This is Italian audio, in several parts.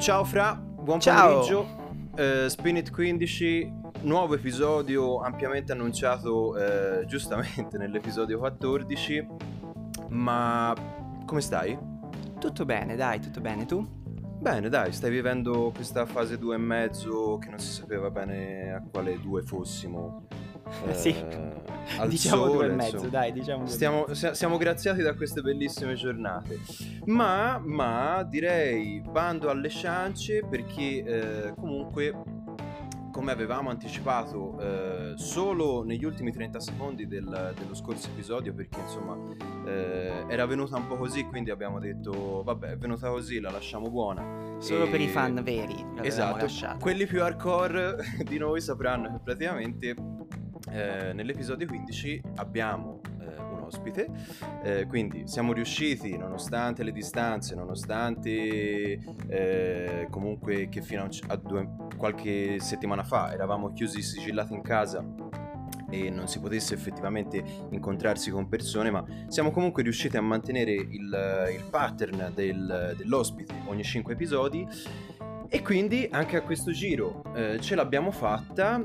Ciao Fra, buon Ciao. pomeriggio. Spin It 15, nuovo episodio ampiamente annunciato giustamente nell'episodio 14. Ma come stai? Tutto bene, dai, tutto bene, tu? Bene, dai, stai vivendo questa fase 2 e mezzo che non si sapeva bene a quale 2 fossimo. Sì, Al diciamo due e sole, mezzo, insomma. dai, diciamo due e mezzo. Siamo graziati da queste bellissime giornate. Ma direi bando alle ciance perché comunque, come avevamo anticipato solo negli ultimi 30 secondi dello scorso episodio, perché insomma era venuta un po' così, quindi abbiamo detto vabbè, è venuta così, la lasciamo buona. Solo per i fan veri l'avevamo Esatto, lasciata. quelli più hardcore di noi sapranno che praticamente nell'episodio 15 abbiamo un ospite, quindi siamo riusciti, nonostante le distanze, nonostante comunque che fino a qualche settimana fa eravamo chiusi sigillati in casa e non si potesse effettivamente incontrarsi con persone, ma siamo comunque riusciti a mantenere il pattern dell'ospite ogni 5 episodi. E quindi anche a questo giro ce l'abbiamo fatta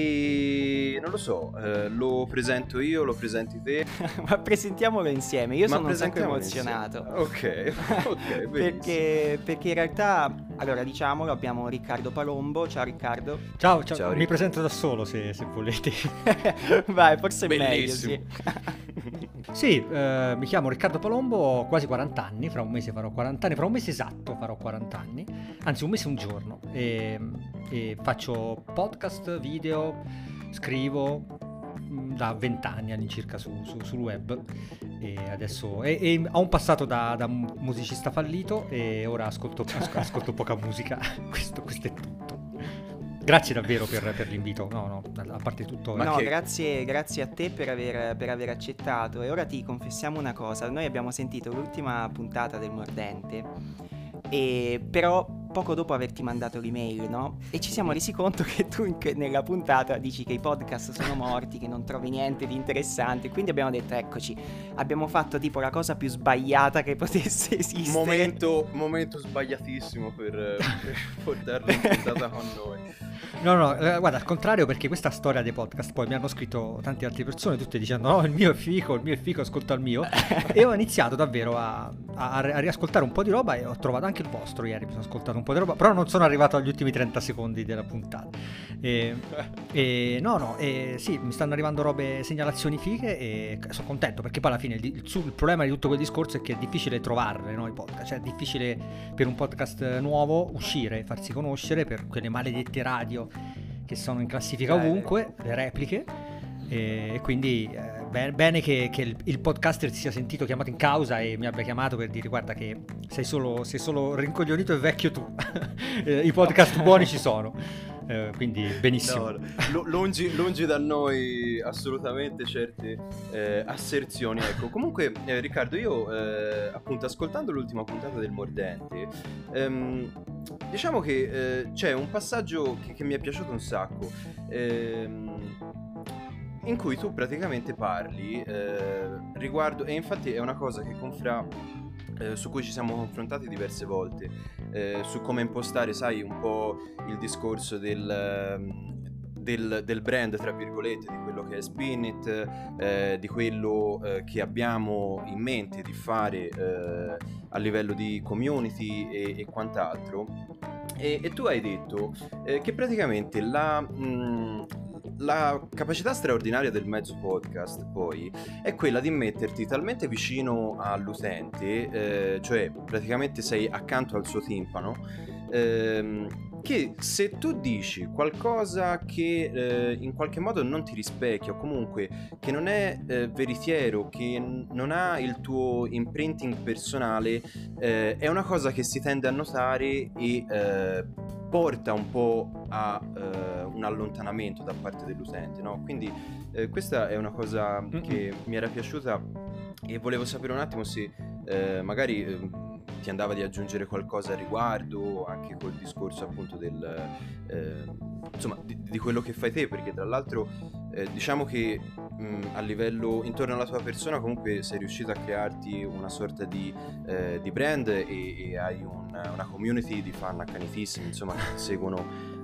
e non lo so, lo presento io, lo presenti te. Ma presentiamolo insieme, io Ma sono un sacco presentiamolo emozionato. insieme. Ok, benissimo. perché in realtà, allora diciamolo, abbiamo Riccardo Palombo. Ciao Riccardo. Ciao, Ciao, mi Rick. presento da solo se volete. Vai, forse è meglio, Bellissimo. sì. Sì, mi chiamo Riccardo Palombo, ho quasi 40 anni, fra un mese farò 40 anni, fra un mese esatto farò 40 anni, anzi un mese e un giorno, e faccio podcast, video, scrivo da 20 anni all'incirca sul web e adesso e ho un passato da musicista fallito e ora ascolto poca musica. Questo è tutto. Grazie davvero per l'invito. No, a parte tutto. Ma No, che- grazie a te per aver accettato. E ora ti confessiamo una cosa. Noi abbiamo sentito l'ultima puntata del Mordente, e però poco dopo averti mandato l'email, no? E ci siamo resi conto che tu nella puntata dici che i podcast sono morti, che non trovi niente di interessante. Quindi abbiamo detto, eccoci, abbiamo fatto tipo la cosa più sbagliata che potesse esistere. Momento sbagliatissimo per portarlo in puntata con noi. No, guarda, al contrario, perché questa storia dei podcast poi mi hanno scritto tante altre persone, tutte dicendo no, il mio è fico, ascolta il mio. E ho iniziato davvero a riascoltare un po' di roba e ho trovato anche il vostro ieri, mi sono ascoltato un po' di roba, però non sono arrivato agli ultimi 30 secondi della puntata. Sì, mi stanno arrivando segnalazioni fighe e sono contento perché poi alla fine il problema di tutto quel discorso è che è difficile trovarle, no, i podcast, cioè è difficile per un podcast nuovo uscire, farsi conoscere per quelle maledette radio che sono in classifica ovunque, le repliche, e quindi bene che il podcaster si sia sentito chiamato in causa e mi abbia chiamato per dire guarda che sei solo rincoglionito e vecchio tu. I podcast buoni ci sono, quindi benissimo. No, lungi da noi assolutamente certe asserzioni. Ecco, comunque Riccardo, io appunto ascoltando l'ultima puntata del Mordente, diciamo che c'è un passaggio che mi è piaciuto un sacco, in cui tu praticamente parli riguardo, e infatti è una cosa che con Fra su cui ci siamo confrontati diverse volte, su come impostare, sai, un po' il discorso del brand, tra virgolette, di quello che è Spin It, di quello che abbiamo in mente di fare a livello di community e quant'altro. E tu hai detto che praticamente la capacità straordinaria del mezzo podcast poi è quella di metterti talmente vicino all'utente, cioè praticamente sei accanto al suo timpano, che se tu dici qualcosa che in qualche modo non ti rispecchia o comunque che non è veritiero, che non ha il tuo imprinting personale, è una cosa che si tende a notare e porta un po' a un allontanamento da parte dell'utente, no? Quindi questa è una cosa che mi era piaciuta e volevo sapere un attimo se magari ti andava di aggiungere qualcosa a riguardo, anche col discorso appunto insomma di quello che fai te, perché tra l'altro diciamo che a livello intorno alla tua persona comunque sei riuscito a crearti una sorta di brand e hai una community di fan accanitissimi, insomma, che ti seguono,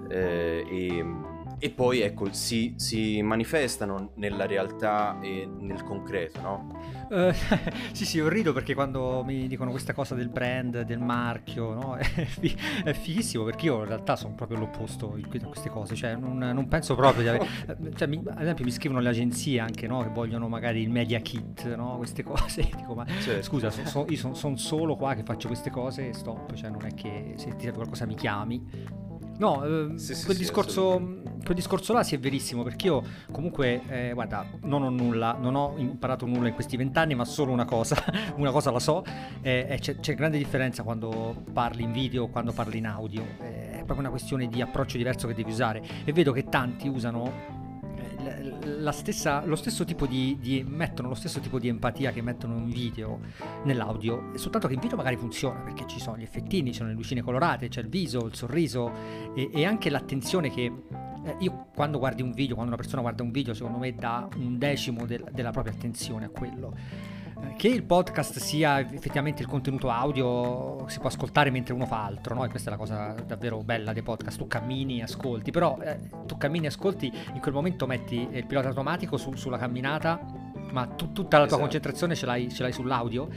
e poi ecco si manifestano nella realtà e nel concreto, no? Sì, io rido perché quando mi dicono questa cosa del brand, del marchio, no? È fighissimo, perché io in realtà sono proprio l'opposto a queste cose, cioè non penso proprio di avere, cioè, ad esempio mi scrivono le agenzie anche, no? Che vogliono magari il media kit, no? Queste cose, dico ma Certo. scusa, io sono solo qua che faccio queste cose e stop, cioè non è che se ti serve qualcosa mi chiami. No, quel discorso là sì è verissimo, perché io comunque, guarda, non ho imparato nulla in questi 20 anni, ma solo una cosa la so, c'è grande differenza quando parli in video o quando parli in audio, è proprio una questione di approccio diverso che devi usare, e vedo che tanti usano lo stesso tipo mettono lo stesso tipo di empatia che mettono in video nell'audio, soltanto che in video magari funziona perché ci sono gli effettini, ci sono le lucine colorate, c'è il viso, il sorriso e anche l'attenzione che io quando una persona guarda un video, secondo me dà un decimo della propria attenzione a quello. Che il podcast sia effettivamente il contenuto audio si può ascoltare mentre uno fa altro, no? E questa è la cosa davvero bella dei podcast. Tu cammini, ascolti, però tu cammini, ascolti, in quel momento metti il pilota automatico sulla camminata, ma tutta la tua concentrazione ce l'hai sull'audio.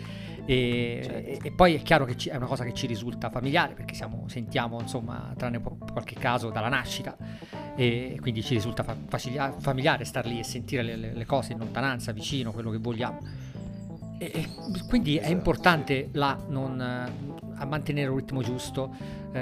E poi è chiaro che è una cosa che ci risulta familiare, perché sentiamo, insomma, tranne qualche caso, dalla nascita, e quindi ci risulta familiare star lì e sentire le cose in lontananza, vicino, quello che vogliamo. E quindi è importante a mantenere un ritmo giusto,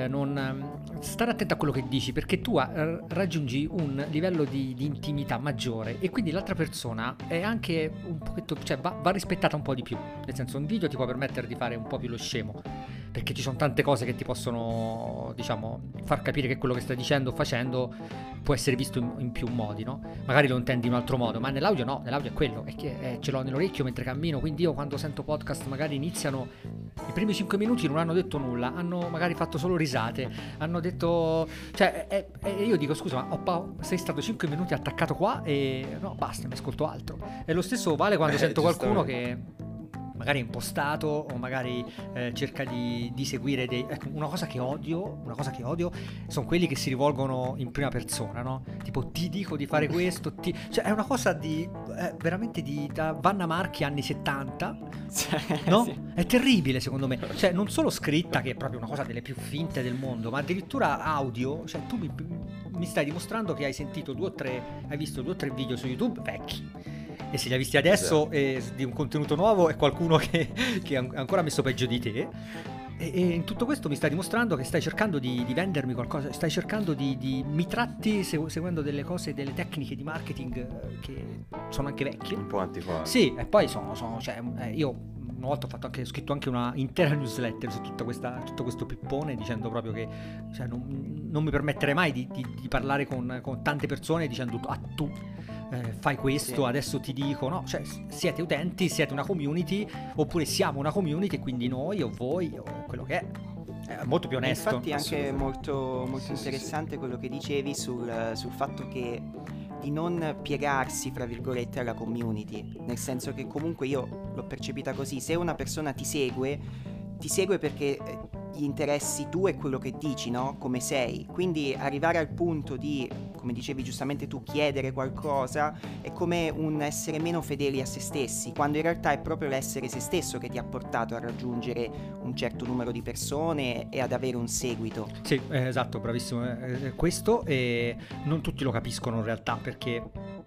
stare attento a quello che dici, perché tu raggiungi un livello di intimità maggiore e quindi l'altra persona è anche un pochetto, cioè va rispettata un po' di più, nel senso un video ti può permettere di fare un po' più lo scemo, perché ci sono tante cose che ti possono, diciamo, far capire che quello che stai dicendo o facendo può essere visto in più modi, no? Magari lo intendi in un altro modo, ma nell'audio no, nell'audio è quello, è che ce l'ho nell'orecchio mentre cammino, quindi io quando sento podcast magari iniziano, i primi 5 minuti non hanno detto nulla, hanno magari fatto solo risate, hanno detto, cioè, io dico scusa, ma sei stato 5 minuti attaccato qua e no, basta, mi ascolto altro. E lo stesso vale quando sento qualcuno che magari è impostato o magari cerca di seguire una cosa che odio sono quelli che si rivolgono in prima persona, no? Tipo ti dico di fare questo, cioè è una cosa veramente da Vanna Marchi anni 70, no? Sì. È terribile secondo me, cioè non solo scritta, che è proprio una cosa delle più finte del mondo, ma addirittura audio, cioè tu mi stai dimostrando che hai visto 2 o 3 video su YouTube vecchi, e se li hai visti adesso di un contenuto nuovo è qualcuno che ha ancora messo peggio di te, e in tutto questo mi stai dimostrando che stai cercando di vendermi qualcosa, stai cercando mi tratti seguendo delle cose, delle tecniche di marketing che sono anche vecchie, un po' antiquate. Sì, e poi cioè, io una volta ho scritto anche una intera newsletter su tutto questo pippone, dicendo proprio che, cioè, non mi permetterei mai di parlare con tante persone dicendo tu fai questo, sì, adesso ti dico, no? Cioè siete utenti, siete una community, oppure siamo una community e quindi noi o voi o quello che è molto più onesto. Infatti anche molto interessante quello che dicevi sul fatto che di non piegarsi, fra virgolette, alla community, nel senso che comunque io l'ho percepita così: se una persona ti segue perché gli interessi tu e quello che dici, no? Come sei. Quindi arrivare al punto di, come dicevi giustamente tu, chiedere qualcosa è come un essere meno fedeli a se stessi, quando in realtà è proprio l'essere se stesso che ti ha portato a raggiungere un certo numero di persone e ad avere un seguito. Sì, esatto, bravissimo. Questo, e non tutti lo capiscono in realtà, perché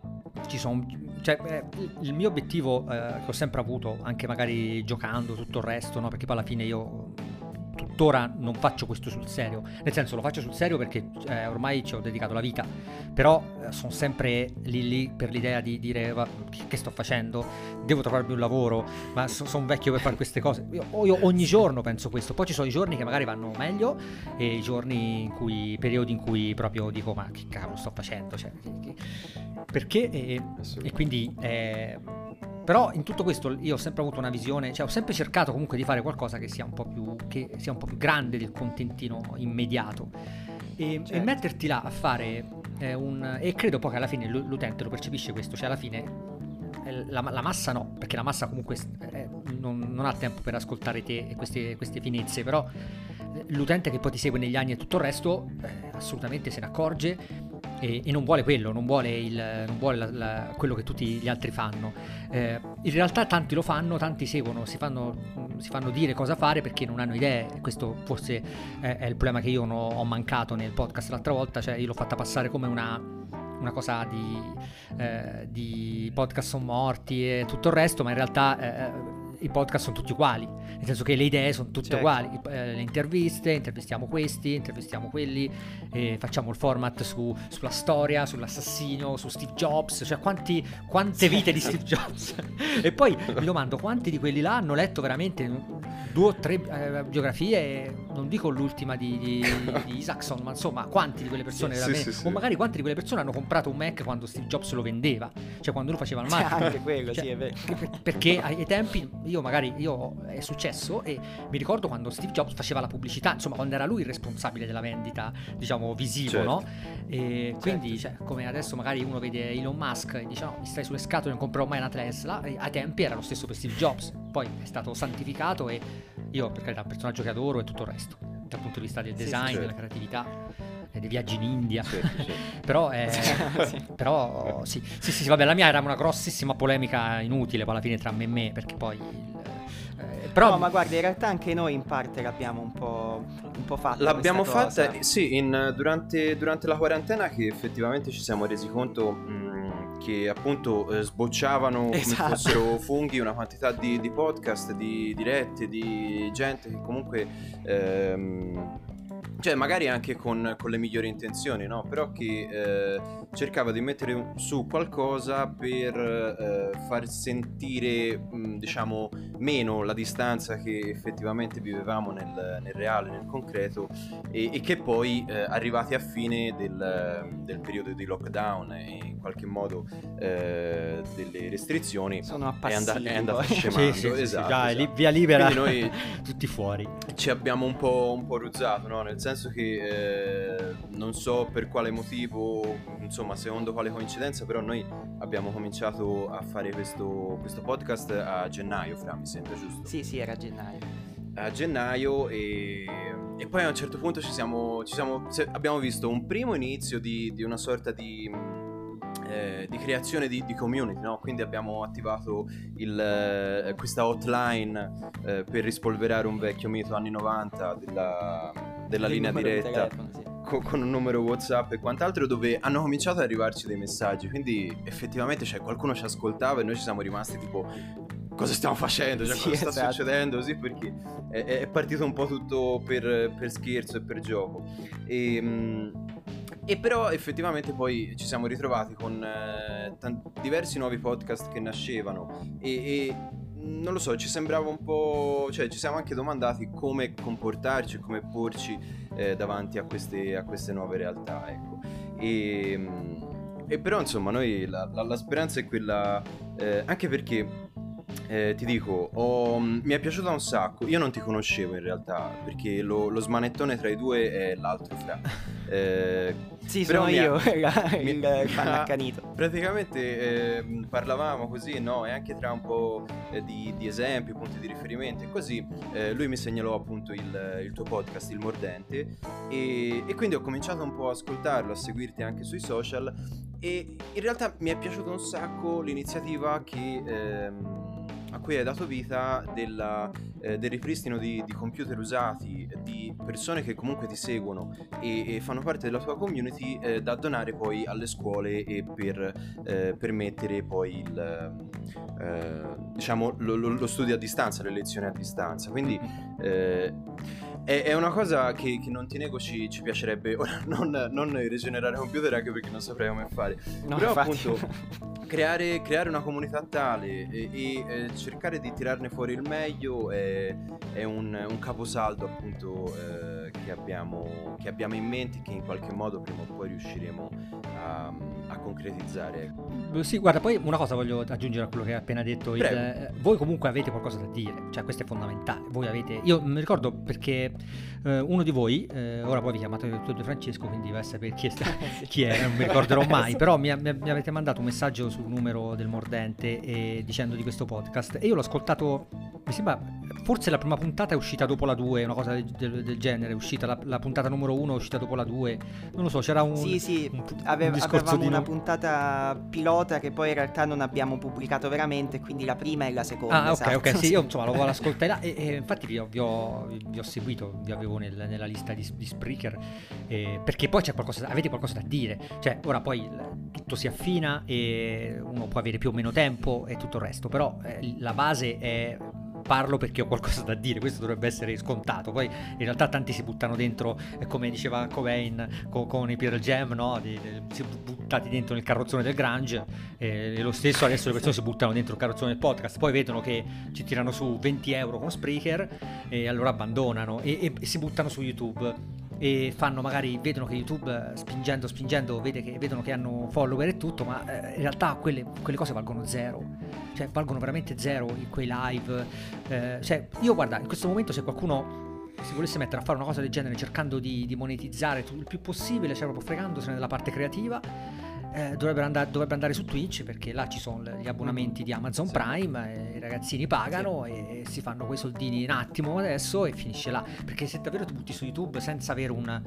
il mio obiettivo che ho sempre avuto, anche magari giocando, tutto il resto, no? Perché poi alla fine io tuttora non faccio questo sul serio, nel senso lo faccio sul serio perché ormai ci ho dedicato la vita, però sono sempre lì per l'idea di dire che sto facendo, devo trovarmi un lavoro, ma sono vecchio per fare queste cose. Io ogni giorno penso questo, poi ci sono i giorni che magari vanno meglio e i giorni periodi in cui proprio dico ma che cavolo sto facendo, cioè, perché e quindi però in tutto questo io ho sempre avuto una visione, cioè ho sempre cercato comunque di fare qualcosa che sia un po' più grande del contentino immediato, e metterti là a fare e credo poi che alla fine l'utente lo percepisce questo, cioè alla fine la massa no, perché la massa comunque non ha tempo per ascoltare te e queste finezze, però l'utente che poi ti segue negli anni e tutto il resto assolutamente se ne accorge e non vuole quello, non vuole quello che tutti gli altri fanno. In realtà tanti lo fanno, tanti seguono, si fanno dire cosa fare perché non hanno idee. Questo forse è il problema che io ho mancato nel podcast l'altra volta, cioè io l'ho fatta passare come una cosa di podcast sono morti e tutto il resto, ma in realtà i podcast sono tutti uguali, nel senso che le idee sono tutte uguali, le interviste, intervistiamo questi, intervistiamo quelli, facciamo il format sulla storia, sull'assassinio, su Steve Jobs, cioè quante vite di Steve Jobs e poi mi domando quanti di quelli là hanno letto veramente 2 o 3 biografie, non dico l'ultima di Isaacson, ma insomma quanti di quelle persone veramente, o magari quanti di quelle persone hanno comprato un Mac quando Steve Jobs lo vendeva, cioè quando lui faceva il marketing. Anche quello, cioè, sì, è vero. Perché ai tempi io è successo e mi ricordo quando Steve Jobs faceva la pubblicità, insomma quando era lui il responsabile della vendita, diciamo visivo, certo. no? E quindi cioè, come adesso magari uno vede Elon Musk e dice no, mi stai sulle scatole, non comprerò mai una Tesla, e ai tempi era lo stesso per Steve Jobs, poi è stato santificato e io per carità è un personaggio che adoro e tutto il resto dal punto di vista del design, certo. della creatività, dei viaggi in India, Certo. però però sì, vabbè, la mia era una grossissima polemica inutile poi alla fine tra me e me, perché poi però no, ma guarda, in realtà anche noi in parte l'abbiamo un po' fatta. L'abbiamo questa fatta, cosa. sì, durante la quarantena, che effettivamente ci siamo resi conto che appunto sbocciavano come Esatto. fossero funghi una quantità di podcast, di dirette, di gente che comunque cioè magari anche con le migliori intenzioni, no? Però che cercava di mettere su qualcosa per far sentire diciamo meno la distanza che effettivamente vivevamo nel reale, nel concreto, e che poi arrivati a fine del periodo di lockdown e in qualche modo delle restrizioni Sono appassiti, è andata poi. scemando. sì, Esatto, dai, esatto. via libera. Quindi noi tutti fuori. ci abbiamo un po' ruzzato, no? Nel senso che non so per quale motivo, insomma, secondo quale coincidenza, però noi abbiamo cominciato a fare questo podcast a gennaio, Fra, mi sembra, giusto? Sì, era a gennaio. A gennaio e poi a un certo punto abbiamo visto un primo inizio di una sorta di creazione di community, no? Quindi abbiamo attivato questa hotline per rispolverare un vecchio mito anni 90 della linea diretta con un numero WhatsApp e quant'altro, dove hanno cominciato ad arrivarci dei messaggi, quindi effettivamente qualcuno ci ascoltava e noi ci siamo rimasti tipo cosa stiamo facendo, cioè, cosa sta succedendo, così, perché è partito un po' tutto per scherzo e per gioco e però effettivamente poi ci siamo ritrovati con diversi nuovi podcast che nascevano e non lo so, ci sembrava un po', cioè ci siamo anche domandati come comportarci, come porci davanti a queste nuove realtà, ecco. E però insomma noi la speranza è quella, anche perché ti dico, mi è piaciuta un sacco. Io non ti conoscevo in realtà, perché lo smanettone tra i due è l'altro Fra. Sì, però sono io il fan accanito. Praticamente parlavamo così, no? E anche tra un po' di esempi, punti di riferimento e così, lui mi segnalò appunto il tuo podcast, Il Mordente, e quindi ho cominciato un po' a ascoltarlo, a seguirti anche sui social, e in realtà mi è piaciuta un sacco l'iniziativa a cui hai dato vita del ripristino di computer usati, di persone che comunque ti seguono e fanno parte della tua community, da donare poi alle scuole e per permettere poi diciamo lo studio a distanza, le lezioni a distanza. Quindi è una cosa che non ti nego ci piacerebbe ora non rigenerare computer, anche perché non saprei come fare, No, però infatti. appunto creare una comunità tale e cercare di tirarne fuori il meglio è un caposaldo appunto che abbiamo in mente, che in qualche modo prima o poi riusciremo a concretizzare. Sì, guarda, poi una cosa voglio aggiungere a quello che hai appena detto. Voi comunque avete qualcosa da dire, cioè questo è fondamentale. Voi avete, io mi ricordo perché uno di voi, ora poi vi chiamate tutti e due Francesco, quindi vai a sapere chi è, non mi ricorderò mai, però mi avete mandato un messaggio sul numero del Mordente dicendo di questo podcast, e io l'ho ascoltato, mi sembra, forse la prima puntata è uscita dopo la 2, una cosa del genere, è uscita la puntata numero 1 è uscita dopo la 2, non lo so, c'era un avevamo una puntata pilota che poi in realtà non abbiamo pubblicato veramente, quindi la prima e la seconda. Ok, sì, io insomma lo ascoltai là e infatti vi ho seguito, vi avevo nella lista di Spreaker, perché poi avete qualcosa da dire, cioè ora poi tutto si affina e uno può avere più o meno tempo e tutto il resto, però la base è: parlo perché ho qualcosa da dire, questo dovrebbe essere scontato. Poi in realtà tanti si buttano dentro, come diceva Cobain con i Pearl Jam, no? Si buttati dentro nel carrozzone del grunge, e lo stesso adesso le persone si buttano dentro il carrozzone del podcast, poi vedono che ci tirano su 20 euro con Spreaker e allora abbandonano e si buttano su YouTube e fanno, magari vedono che YouTube spingendo vedono che hanno follower e tutto, ma in realtà quelle cose valgono zero, cioè valgono veramente zero quei live, cioè io guarda, in questo momento se qualcuno si volesse mettere a fare una cosa del genere cercando di monetizzare il più possibile, cioè proprio fregandosene della parte creativa, dovrebbe andare su Twitch, perché là ci sono gli abbonamenti di Amazon Prime, i ragazzini pagano e si fanno quei soldini un attimo adesso e finisce là, perché se davvero ti butti su YouTube senza avere un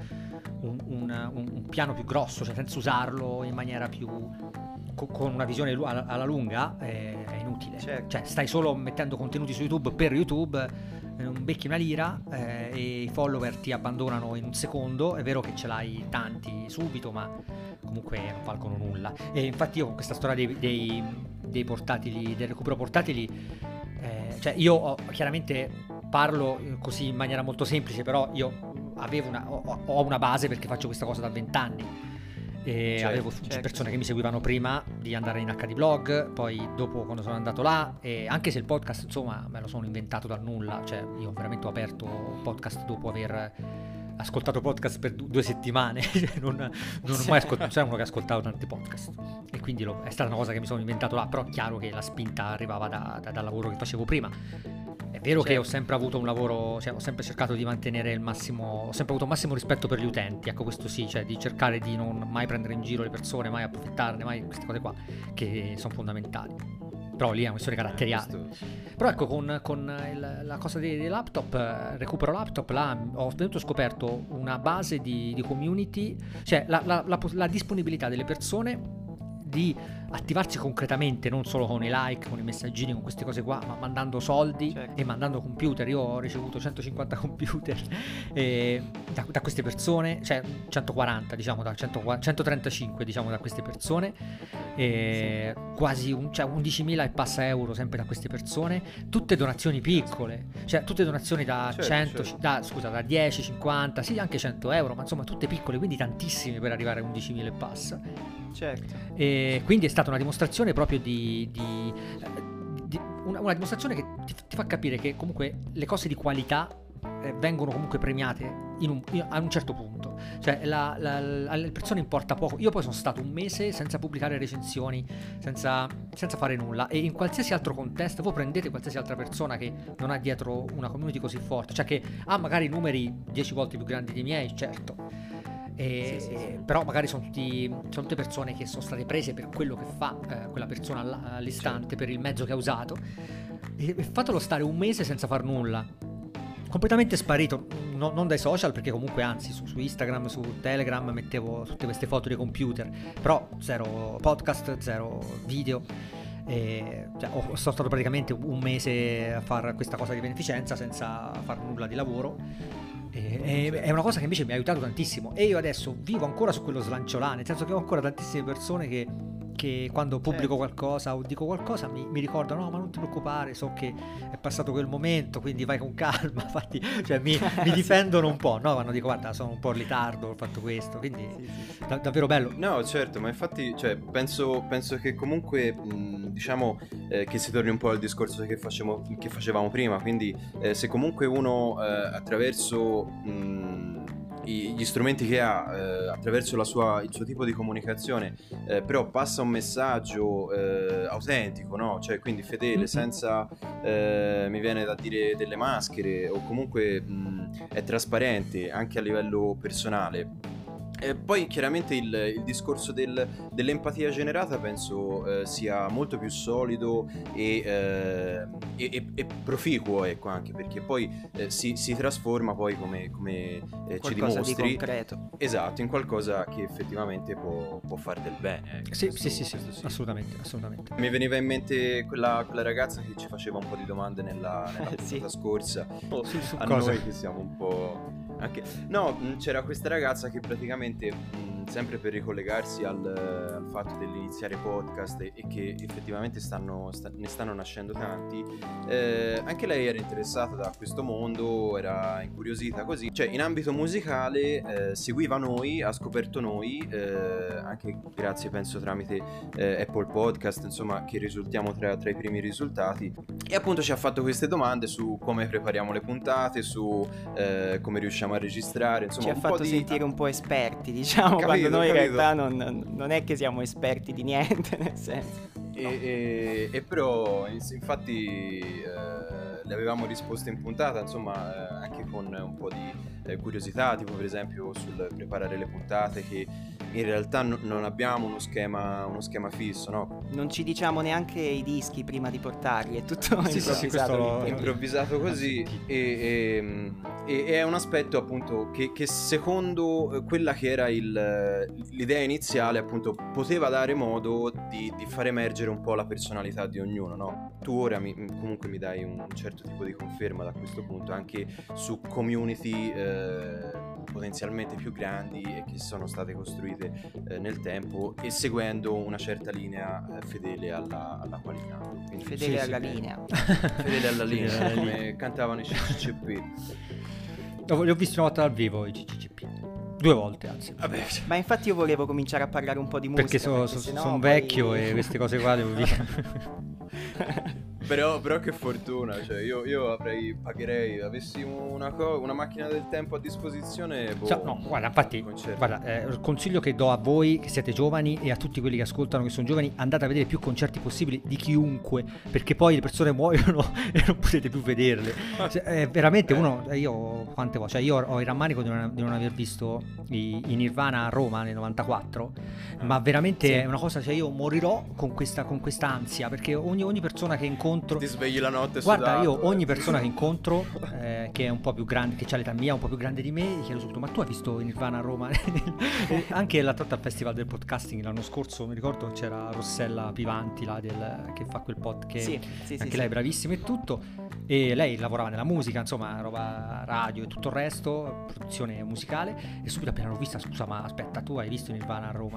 piano più grosso, cioè senza usarlo in maniera più con una visione alla lunga, è inutile, cioè stai solo mettendo contenuti su YouTube per YouTube, non becchi una lira, e i follower ti abbandonano in un secondo. È vero che ce l'hai tanti subito, ma comunque non valgono nulla. E infatti io con questa storia dei portatili, del recupero portatili, cioè io chiaramente parlo così in maniera molto semplice, però io ho una base perché faccio questa cosa da 20 anni. E avevo persone che mi seguivano prima di andare in HD Blog, poi dopo quando sono andato là, e anche se il podcast insomma me lo sono inventato dal nulla, cioè io veramente ho aperto podcast dopo aver ascoltato podcast per 2 settimane, non ho mai ascoltato, non sono uno che ha ascoltato tanti podcast, e quindi è stata una cosa che mi sono inventato là, però è chiaro che la spinta arrivava dal lavoro che facevo prima. È vero che ho sempre avuto un lavoro, cioè ho sempre cercato di mantenere il massimo, ho sempre avuto il massimo rispetto per gli utenti, ecco, questo sì, cioè di cercare di non mai prendere in giro le persone, mai approfittarne, mai queste cose qua che sono fondamentali. Però lì è una questione caratteriale. Però ecco, con la cosa dei laptop, recupero laptop, là ho scoperto una base di community, cioè la disponibilità delle persone di attivarsi concretamente, non solo con i like, con i messaggini, con queste cose qua, ma mandando soldi e mandando computer. Io ho ricevuto 150 computer da queste persone, cioè 140 diciamo, 135 diciamo da queste persone, quasi 11.000 e passa euro sempre da queste persone, tutte donazioni piccole, cioè tutte donazioni da 100, da 10, 50, sì anche 100 euro, ma insomma tutte piccole, quindi tantissime per arrivare a 11.000 e passa. E quindi è stata una dimostrazione proprio una dimostrazione che ti fa capire che comunque le cose di qualità vengono comunque premiate a un certo punto, cioè alle persone importa poco. Io poi sono stato un mese senza pubblicare recensioni, senza fare nulla, e in qualsiasi altro contesto voi prendete qualsiasi altra persona che non ha dietro una community così forte, cioè che ha magari numeri 10 volte più grandi dei miei, certo, però magari sono tutte persone che sono state prese per quello che fa quella persona all'istante, per il mezzo che ha usato, e fatelo stare un mese senza far nulla, completamente sparito, non dai social, perché comunque anzi su Instagram, su Telegram mettevo tutte queste foto dei computer, però zero podcast, zero video, sono stato praticamente un mese a fare questa cosa di beneficenza senza far nulla di lavoro. È una cosa che invece mi ha aiutato tantissimo, e io adesso vivo ancora su quello slancio là, nel senso che ho ancora tantissime persone che quando pubblico qualcosa o dico qualcosa mi ricordano: no, ma non ti preoccupare, so che è passato quel momento, quindi vai con calma, infatti, cioè mi difendono un po', no? Quando dico guarda sono un po' in ritardo, ho fatto questo, quindi davvero bello. No, certo, ma infatti, cioè, penso che comunque diciamo che si torni un po' al discorso che facevamo prima, quindi se comunque uno attraverso gli strumenti che ha, attraverso il suo tipo di comunicazione, però passa un messaggio autentico, no? Cioè, quindi fedele, senza mi viene da dire delle maschere, o comunque è trasparente anche a livello personale. Poi chiaramente il discorso dell'empatia generata penso sia molto più solido e proficuo, ecco, anche perché poi si trasforma poi come ci qualcosa dimostri, di concreto. esatto, in qualcosa che effettivamente può fare del bene, ecco. Sì, Questo- sì, questo sì. assolutamente, assolutamente. Mi veniva in mente quella ragazza che ci faceva un po' di domande nella Sì. puntata scorsa. Su A cosa? noi che siamo un po' anche... No, c'era questa ragazza che praticamente, sempre per ricollegarsi al fatto dell'iniziare podcast e che effettivamente ne stanno nascendo tanti, anche lei era interessata da questo mondo, era incuriosita così. Cioè, in ambito musicale seguiva noi, ha scoperto noi, anche grazie, penso, tramite Apple Podcast, insomma, che risultiamo tra i primi risultati. E appunto ci ha fatto queste domande su come prepariamo le puntate, su come riusciamo a registrare, insomma, Ci ha un po' fatto di... sentire un po' esperti, diciamo, Capito, quando noi in capito. realtà non è che siamo esperti di niente, nel senso. E però infatti le avevamo risposto in puntata, insomma, anche con un po' di curiosità, tipo per esempio sul preparare le puntate, che in realtà non abbiamo uno schema fisso, no? Non ci diciamo neanche i dischi prima di portarli, è tutto Sì, sì, improvvisato. questo lo- lì. Improvvisato così, e è un aspetto appunto che secondo quella che era l'idea iniziale, appunto, poteva dare modo di far emergere un po' la personalità di ognuno, no? Tu ora comunque mi dai un certo tipo di conferma da questo punto, anche su community potenzialmente più grandi e che sono state costruite nel tempo e seguendo una certa linea fedele alla qualità. Quindi, Fedele Sì, alla sì. linea. fedele alla linea, Fedele alla come cantavano i CCCP. Li ho visti una volta dal vivo i CCCP. 2 volte, anzi. Vabbè, Ma infatti io volevo cominciare a parlare un po' di musica. Perché sono sennò poi- vecchio e queste cose qua devo dire. però che fortuna, cioè io pagherei, avessi una macchina del tempo a disposizione, boh, No, guarda, infatti, concerto. guarda, il consiglio che do a voi che siete giovani e a tutti quelli che ascoltano che sono giovani: andate a vedere più concerti possibili di chiunque, perché poi le persone muoiono e non potete più vederle. Cioè, veramente io quante volte, cioè io ho il rammarico di non aver visto i Nirvana a Roma nel 94, ma veramente Sì. è una cosa, cioè io morirò con questa ansia, perché ogni persona che incontro, Ti svegli la notte guarda, sudato, io ogni persona che incontro che è un po' più grande, che ha l'età mia, un po' più grande di me, gli chiedo subito: ma tu hai visto Nirvana a Roma? E anche l'altra volta al Festival del Podcasting l'anno scorso, mi ricordo c'era Rossella Pivanti là che fa quel pod che Sì, anche lei è bravissima e tutto, e lei lavorava nella musica, insomma, roba radio e tutto il resto, produzione musicale, e subito appena l'ho vista: scusa, ma aspetta, tu hai visto Nirvana a Roma?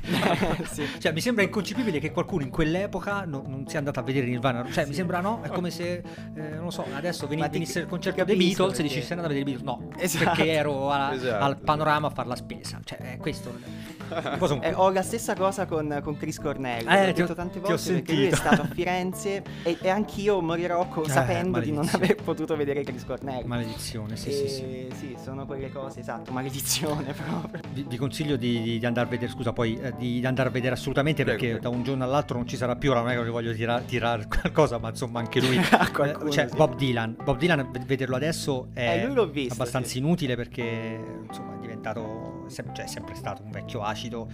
Sì. Cioè mi sembra inconcepibile che qualcuno in quell'epoca non sia andato a vedere Nirvana, cioè mi sembra, no, è come se non lo so, adesso Ma venisse il concerto ti dei capisco, Beatles e dici: perché- sei andato a vedere i Beatles? No, Esatto. perché ero Esatto. al Panorama a fare la spesa, cioè è questo. Poi son- Ho la stessa cosa con Chris Cornell. L'ho ti ho- detto tante ti ho volte perché lui è sentito. stato a Firenze e anch'io morirò sapendo di non maledizione. aver potuto vedere Chris Cornell. Maledizione, sì. Sì, sono quelle cose, esatto, maledizione proprio. Vi consiglio di andare a vedere, scusa, poi di andare a vedere assolutamente, Prego, perché prego. da un giorno all'altro non ci sarà più. Ora non è che voglio tirare qualcosa, ma insomma anche lui, Qualcuno, cioè sì. Bob Dylan, vederlo adesso è Lui l'ho visto, abbastanza sì. inutile, perché insomma è diventato, cioè è sempre stato un vecchio acido,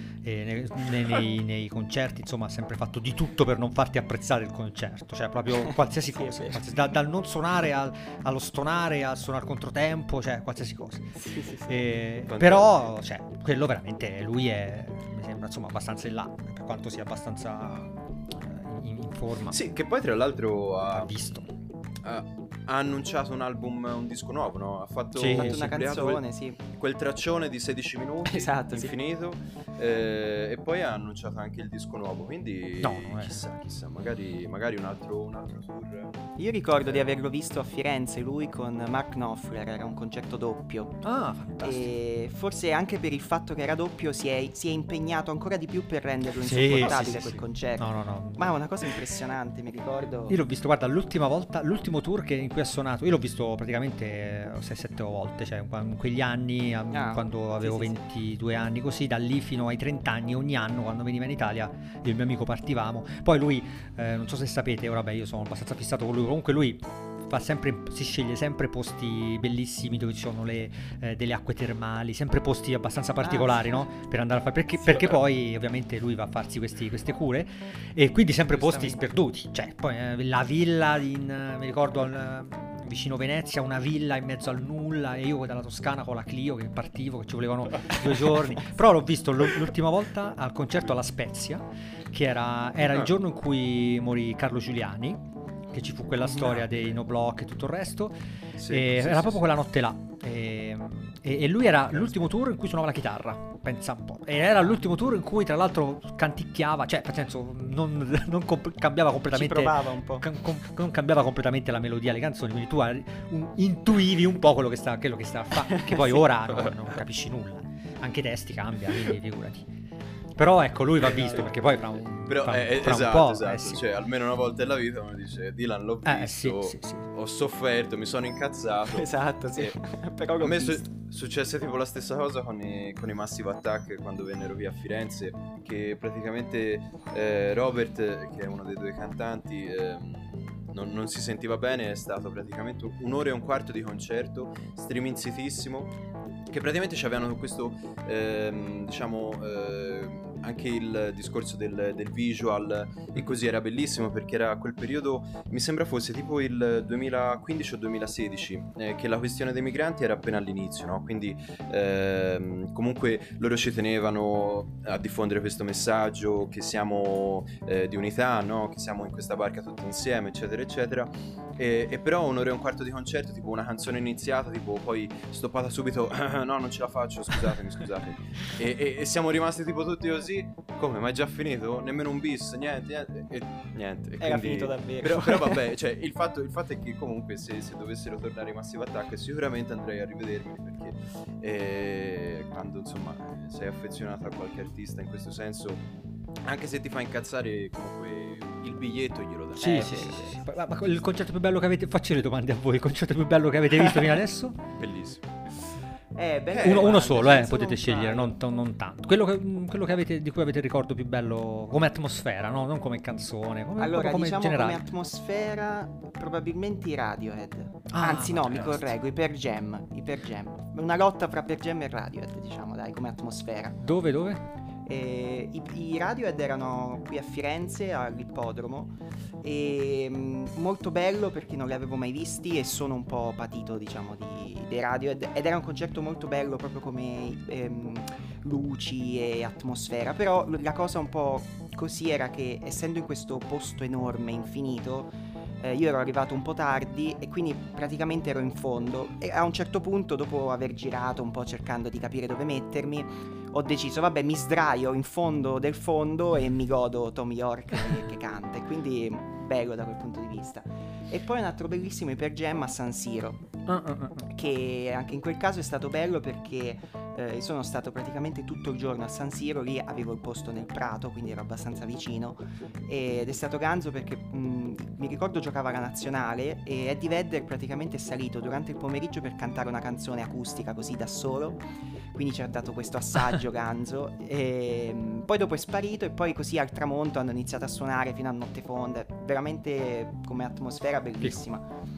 e nei concerti insomma ha sempre fatto di tutto per non farti apprezzare il concerto, cioè proprio qualsiasi Sì, cosa, sì. dal non suonare allo stonare, al suonare controtempo, cioè qualsiasi cosa. Sì. Però cioè, quello veramente lui mi sembra insomma abbastanza in là, per quanto sia abbastanza in forma. Sì, che poi tra l'altro Va visto. ha annunciato un disco nuovo, no? Ha fatto, Sì, Ha fatto sì, una creato canzone, sì. quel traccione di 16 minuti, Esatto, sì. infinito, e poi ha annunciato anche il disco nuovo, quindi No, non è- chissà, magari un altro tour. Io ricordo di averlo visto a Firenze, lui con Mark Knopfler, era un concerto doppio. Ah, fantastico. E forse anche per il fatto che era doppio si è impegnato ancora di più per renderlo Sì, insopportabile sì, quel sì. concerto. No. Ma è una cosa impressionante, mi ricordo. Io l'ho visto, guarda, l'ultimo tour in cui ha suonato, io l'ho visto praticamente 6-7 volte, cioè in quegli anni, quando avevo 22 anni, così, da lì fino ai 30 anni, ogni anno quando veniva in Italia io e il mio amico partivamo. Poi lui, non so se sapete, ora io sono abbastanza fissato con lui, comunque lui si sceglie sempre posti bellissimi dove ci sono delle acque termali, sempre posti abbastanza particolari, no? Per andare a fare, perché poi ovviamente lui va a farsi queste cure, e quindi sempre posti sperduti, cioè poi la villa mi ricordo vicino Venezia, una villa in mezzo al nulla, e io dalla Toscana con la Clio che partivo, che ci volevano 2 giorni. Però l'ho visto l'ultima volta al concerto alla Spezia, che era il giorno in cui morì Carlo Giuliani, che ci fu quella storia dei No Block e tutto il resto, era proprio quella notte là, e lui era l'ultimo tour in cui suonava la chitarra, pensa un po', e era l'ultimo tour in cui tra l'altro canticchiava, cioè nel senso non cambiava completamente, ci provava un po', non cambiava completamente la melodia, le canzoni, quindi tu intuivi un po' quello che stava a fare, che poi ora non capisci nulla, anche i testi cambiano, quindi figurati. Però ecco, lui va visto, perché poi fra un po', sì. Cioè almeno una volta nella vita uno dice Dylan l'ho visto, sì. Ho sofferto, mi sono incazzato. Esatto, sì. Però a me successe tipo la stessa cosa con i Massive Attack quando vennero via a Firenze, che praticamente Robert, che è uno dei 2 cantanti, non si sentiva bene. È stato praticamente 1 ora e un quarto di concerto striminzitissimo, che praticamente c'avevano questo anche il discorso del visual, e così era bellissimo, perché era quel periodo, mi sembra fosse tipo il 2015 o 2016, che la questione dei migranti era appena all'inizio, no? Quindi comunque loro ci tenevano a diffondere questo messaggio che siamo di unità, no? Che siamo in questa barca tutti insieme, eccetera eccetera. E però 1 ora e un quarto di concerto, tipo una canzone iniziata, tipo poi stoppata subito, no non ce la faccio, scusatemi e siamo rimasti tipo tutti così, come, ma è già finito? Nemmeno un bis, niente. E era quindi, finito davvero. però vabbè, cioè il fatto è che comunque se dovessero tornare i Massive Attack sicuramente andrei a rivedermi, perché quando insomma sei affezionato a qualche artista in questo senso, anche se ti fa incazzare, comunque il biglietto glielo dai. Sì. Ma il concerto più bello che avete, faccio le domande a voi, il concerto più bello che avete visto fino adesso? Bellissimo. Uno solo, potete scegliere, non tanto. Quello che di cui avete il ricordo più bello come atmosfera, no? Non come canzone, allora, come diciamo generale. Come atmosfera probabilmente i Radiohead. Anzi no, mi correggo, i Pearl Jam. Una lotta fra Pearl Jam e Radiohead, diciamo, dai, come atmosfera. Dove? I Radiohead erano qui a Firenze all'Ippodromo, e molto bello perché non li avevo mai visti e sono un po' patito, diciamo, dei Radiohead, ed era un concerto molto bello proprio come luci e atmosfera. Però la cosa un po' così era che, essendo in questo posto enorme, infinito, io ero arrivato un po' tardi e quindi praticamente ero in fondo, e a un certo punto, dopo aver girato un po' cercando di capire dove mettermi, ho deciso, vabbè, mi sdraio in fondo del fondo e mi godo Tom York che canta, e quindi bello da quel punto di vista. E poi un altro bellissimo, i Pearl Jam a San Siro, che anche in quel caso è stato bello perché sono stato praticamente tutto il giorno a San Siro, lì avevo il posto nel prato, quindi ero abbastanza vicino, ed è stato ganzo perché mi ricordo giocava la nazionale e Eddie Vedder praticamente è salito durante il pomeriggio per cantare una canzone acustica così da solo, quindi ci ha dato questo assaggio ganzo, e poi dopo è sparito, e poi così al tramonto hanno iniziato a suonare fino a notte fonda, veramente come atmosfera bellissima.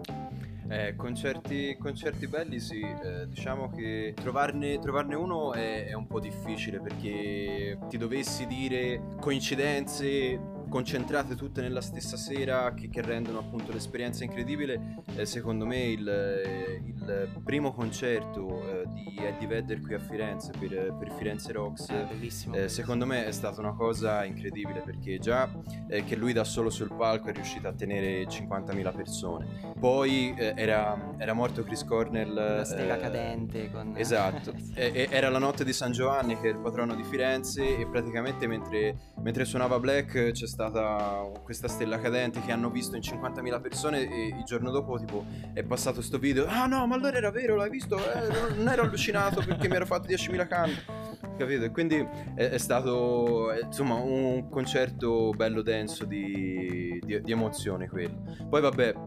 Concerti belli, sì, diciamo che trovarne uno è un po' difficile, perché ti dovessi dire coincidenze concentrate tutte nella stessa sera che rendono appunto l'esperienza incredibile. Secondo me il primo concerto di Eddie Vedder qui a Firenze per Firenze Rocks, secondo me è stata una cosa incredibile, perché già che lui da solo sul palco è riuscito a tenere 50.000 persone. Poi era morto Chris Cornell, la stella cadente con... Esatto. Era la notte di San Giovanni, che è il patrono di Firenze, e praticamente mentre suonava Black c'è stata questa stella cadente che hanno visto in 50.000 persone, e il giorno dopo tipo è passato sto video, no, ma allora era vero, l'hai visto? Non ero allucinato perché mi ero fatto 10.000 canne, capito? E quindi è stato insomma un concerto bello denso di emozioni quello. Poi vabbè,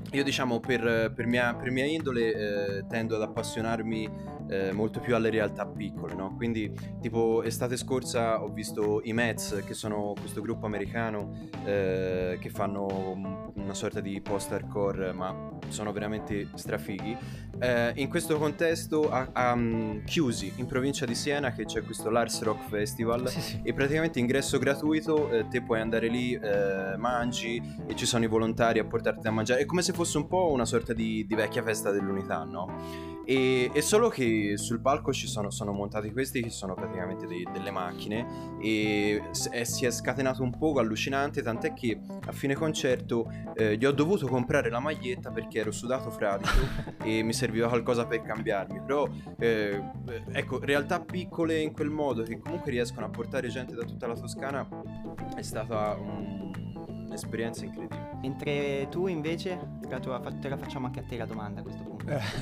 io diciamo per mia indole tendo ad appassionarmi molto più alle realtà piccole, no? Quindi tipo estate scorsa ho visto i Mets, che sono questo gruppo americano che fanno una sorta di post-hardcore, ma sono veramente strafighi. In questo contesto a Chiusi, in provincia di Siena, che c'è questo Lars Rock Festival, Sì. e praticamente ingresso gratuito, te puoi andare lì, mangi e ci sono i volontari a portarti da mangiare. È come se fosse un po' una sorta di vecchia festa dell'unità, no? E solo che sul palco sono montati questi che sono praticamente delle macchine, e si è scatenato un poco allucinante, tant'è che a fine concerto gli ho dovuto comprare la maglietta perché ero sudato fradicio e mi serviva qualcosa per cambiarmi. Però ecco, realtà piccole in quel modo che comunque riescono a portare gente da tutta la Toscana è stata un'esperienza incredibile. Mentre tu invece, te la facciamo anche a te la domanda a questo punto.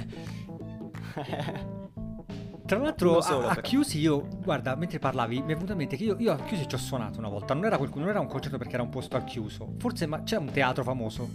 Tra l'altro Uno solo, a però. Chiusi io, guarda, mentre parlavi mi è venuto in mente che io a Chiusi ci ho suonato una volta. Non era un concerto perché era un posto al chiuso. Forse c'è un teatro famoso.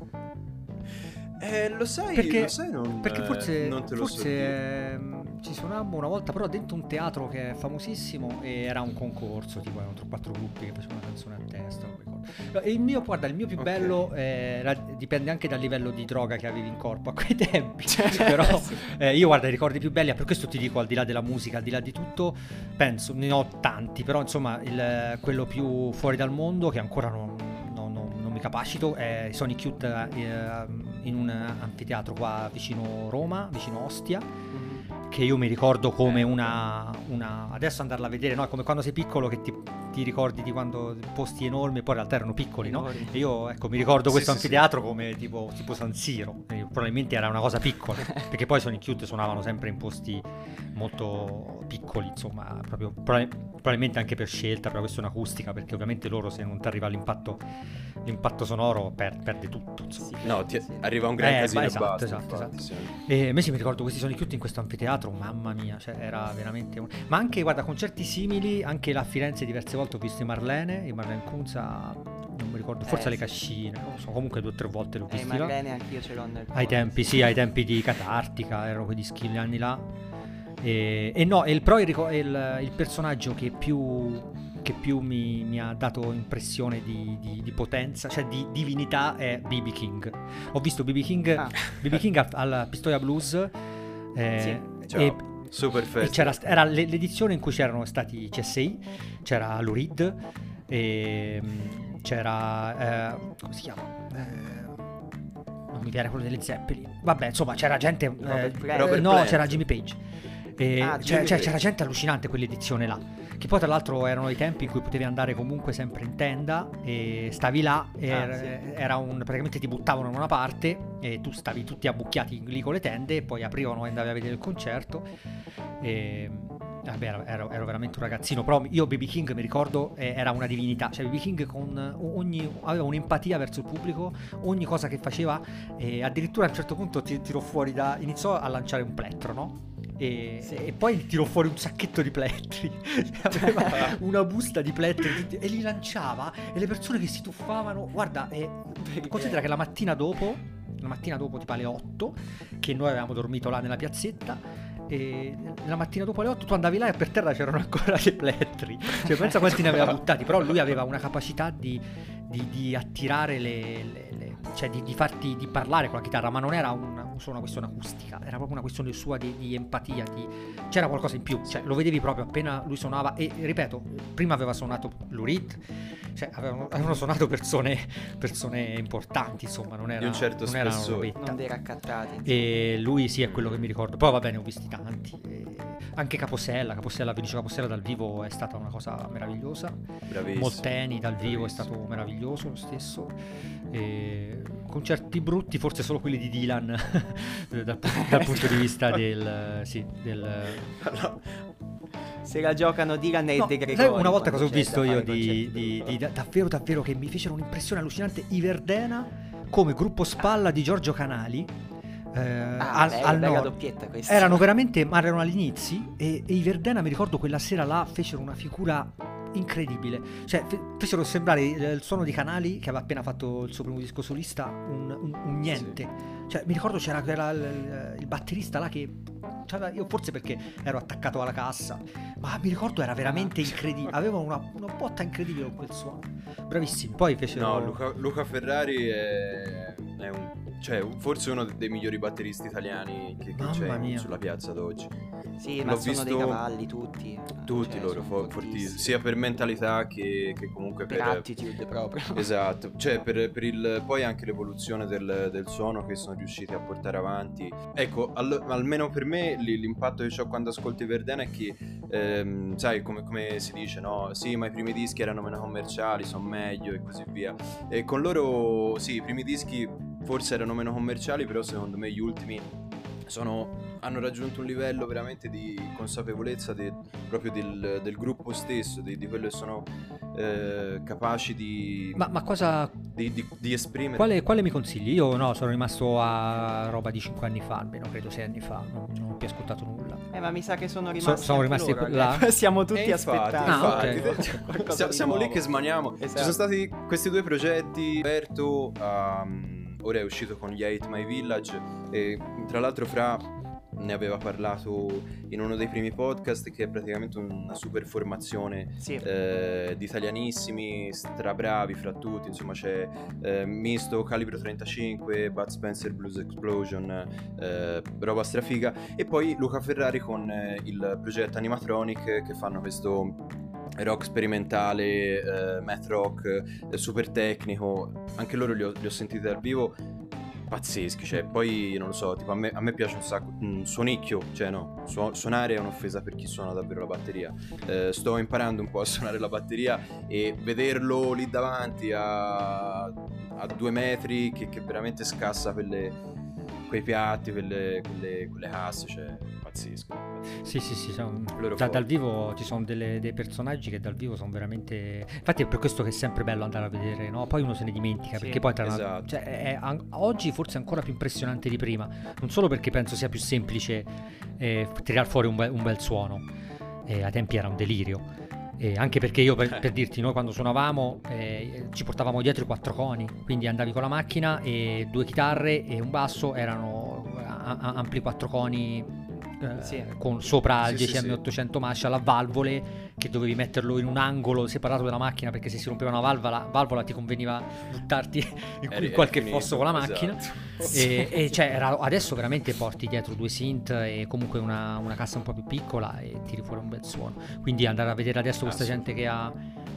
Lo sai, Perché non forse non te lo so dire. ci suonammo una volta però dentro un teatro che è famosissimo e era un concorso, tipo erano 4 gruppi che facevano una canzone a testa, non ricordo. E il mio più Ok. bello dipende anche dal livello di droga che avevi in corpo a quei tempi. Però io guarda, i ricordi più belli, per questo ti dico, al di là della musica, al di là di tutto, penso, ne ho tanti, però insomma quello più fuori dal mondo che ancora non mi capacito è Sonic Youth in un anfiteatro qua vicino Roma, vicino Ostia, che io mi ricordo come una adesso andarla a vedere, no? È come quando sei piccolo che ti ricordi di quando posti enormi, poi in realtà erano piccoli, no? Enormi. E io ecco mi ricordo Sì, questo sì, anfiteatro come tipo San Siro, e probabilmente era una cosa piccola, perché poi Sonic Youth suonavano sempre in posti molto piccoli, insomma, proprio probabilmente anche per scelta, però questa è un'acustica, perché ovviamente loro, se non ti arriva l'impatto sonoro perde tutto, insomma. Sì, No, sì. arriva un gran casino e esatto, basta, esatto. infatti, sì. E a me mi ricordo questi Sonic Youth in questo anfiteatro, mamma mia, cioè era veramente ma anche, guarda, concerti simili, anche là a Firenze diverse volte ho visto i Marlene Kunza, non mi ricordo, forse alle sì. Cascine, non so, comunque 2 o 3 volte l'ho visti là. Marlene anch'io ce l'ho nel Ai cuore. tempi di Catartica, erano quei dischi gli anni là. E no, il personaggio che più mi ha dato impressione di potenza, cioè di divinità, è B.B. King. Ho visto B.B. King, Ah. B.B. King alla Pistoia Blues. Sì. Ciao. Super E festa. era l'edizione in cui c'erano stati CSI, c'era Lou Reed, e c'era come si chiama? Non mi viene quello delle Zeppelin. Vabbè, insomma, c'era gente. Robert Plant. Robert No, Plant. c'era Jimmy Page. Jimmy Page. C'era gente allucinante quell'edizione là. Che poi, tra l'altro, erano i tempi in cui potevi andare comunque sempre in tenda e stavi là. E sì. praticamente ti buttavano in una parte e tu stavi tutti abbucchiati lì con le tende, e poi aprivano e andavi a vedere il concerto. E vabbè, ero veramente un ragazzino, però io B.B. King mi ricordo era una divinità, cioè B.B. King aveva un'empatia verso il pubblico, ogni cosa che faceva, e addirittura a un certo punto tirò fuori iniziò a lanciare un plettro, no? E poi tirò fuori un sacchetto di plettri, aveva una busta di plettri e li lanciava, e le persone che si tuffavano, guarda, considera che la mattina dopo tipo alle 8, che noi avevamo dormito là nella piazzetta, e la mattina dopo alle 8 tu andavi là e per terra c'erano ancora dei plettri, cioè pensa quanti ne aveva buttati. Però lui aveva una capacità di attirare cioè di farti di parlare con la chitarra, ma non era solo una questione acustica, era proprio una questione sua di empatia, c'era qualcosa in più, cioè lo vedevi proprio appena lui suonava. E ripeto, prima aveva suonato Lou Reed, cioè avevano suonato persone importanti, insomma, non era Di un certo non era una spessore. robetta. Non dei raccattati. E lui sì, è quello che mi ricordo. Poi va bene, ho visti tanti. Anche Vinicio Capossela dal vivo è stata una cosa meravigliosa. Bravissimo. Molteni dal vivo è Bravissimo. stato meraviglioso lo stesso. Concerti brutti, forse solo quelli di Dylan dal punto di vista del No, Se la giocano Dylan e No, De sai Gregori. una volta cosa ho quando c'è visto da io fare concerti davvero davvero che mi fecero un'impressione allucinante, i Verdena come gruppo spalla di Giorgio Canali, al bella nord. doppietta questa. Erano veramente, ma erano agli inizi, e i Verdena, mi ricordo quella sera là fecero una figura incredibile. Cioè, fecero sembrare il suono di Canali, che aveva appena fatto il suo primo disco solista, un niente. Sì. Cioè, mi ricordo c'era il batterista là che... io forse perché ero attaccato alla cassa, ma mi ricordo era veramente incredibile. Aveva una botta incredibile con quel suono. Bravissimi. Poi fecero... No, Luca Ferrari è forse uno dei migliori batteristi italiani che c'è sulla piazza ad oggi. Sì, ma sono dei cavalli tutti. Tutti loro fortissimi, sia per mentalità che comunque per attitude proprio. Esatto, cioè per poi anche l'evoluzione del suono che sono riusciti a portare avanti. Ecco, almeno per me l'impatto che ho quando ascolto i Verdena è che sai come si dice, no? Sì, ma i primi dischi erano meno commerciali, sono meglio e così via. E con loro sì, i primi dischi forse erano meno commerciali, però secondo me gli ultimi hanno raggiunto un livello veramente di consapevolezza proprio del gruppo stesso, di quello che sono capaci di... Ma cosa... di esprimere. Quale mi consigli? Io no, sono rimasto a roba di 5 anni fa, almeno credo 6 anni fa, non ho più ascoltato nulla. Ma mi sa che sono rimasti sono rimasti loro, là? Siamo tutti aspettando. Okay. Siamo lì che smaniamo. Esatto. Ci sono stati questi due progetti. Roberto ora è uscito con gli Hate My Village e tra l'altro Fra ne aveva parlato in uno dei primi podcast, che è praticamente una super formazione di italianissimi strabravi fra tutti, insomma c'è Misto, Calibro 35, Bud Spencer, Blues Explosion, roba strafiga, e poi Luca Ferrari con il progetto Animatronic, che fanno questo rock sperimentale, math rock, super tecnico. Anche loro li ho sentiti dal vivo, pazzeschi, cioè poi non lo so, tipo a me piace un sacco, suonicchio, cioè no, suonare è un'offesa per chi suona davvero la batteria. Sto imparando un po' a suonare la batteria e vederlo lì davanti a 2 metri che veramente scassa quei piatti, quelle casse, cioè pazzesco. Sì, dal vivo ci sono dei personaggi che dal vivo sono veramente... Infatti è per questo che è sempre bello andare a vedere, no? Poi uno se ne dimentica, perché poi esatto. Cioè, oggi forse è ancora più impressionante di prima, non solo perché penso sia più semplice tirare fuori un bel suono, ai tempi era un delirio. Anche perché io per dirti, noi quando suonavamo ci portavamo dietro i 4 coni, quindi andavi con la macchina e 2 chitarre e un basso erano ampli 4 coni con sopra il GCM 800 Marshall a valvole, che dovevi metterlo in un angolo separato dalla macchina, perché se si rompeva una valvola ti conveniva buttarti in qualche fosso con la macchina. E cioè adesso veramente porti dietro 2 synth e comunque una cassa un po' più piccola e tiri fuori un bel suono. Quindi andare a vedere adesso questa gente che ha...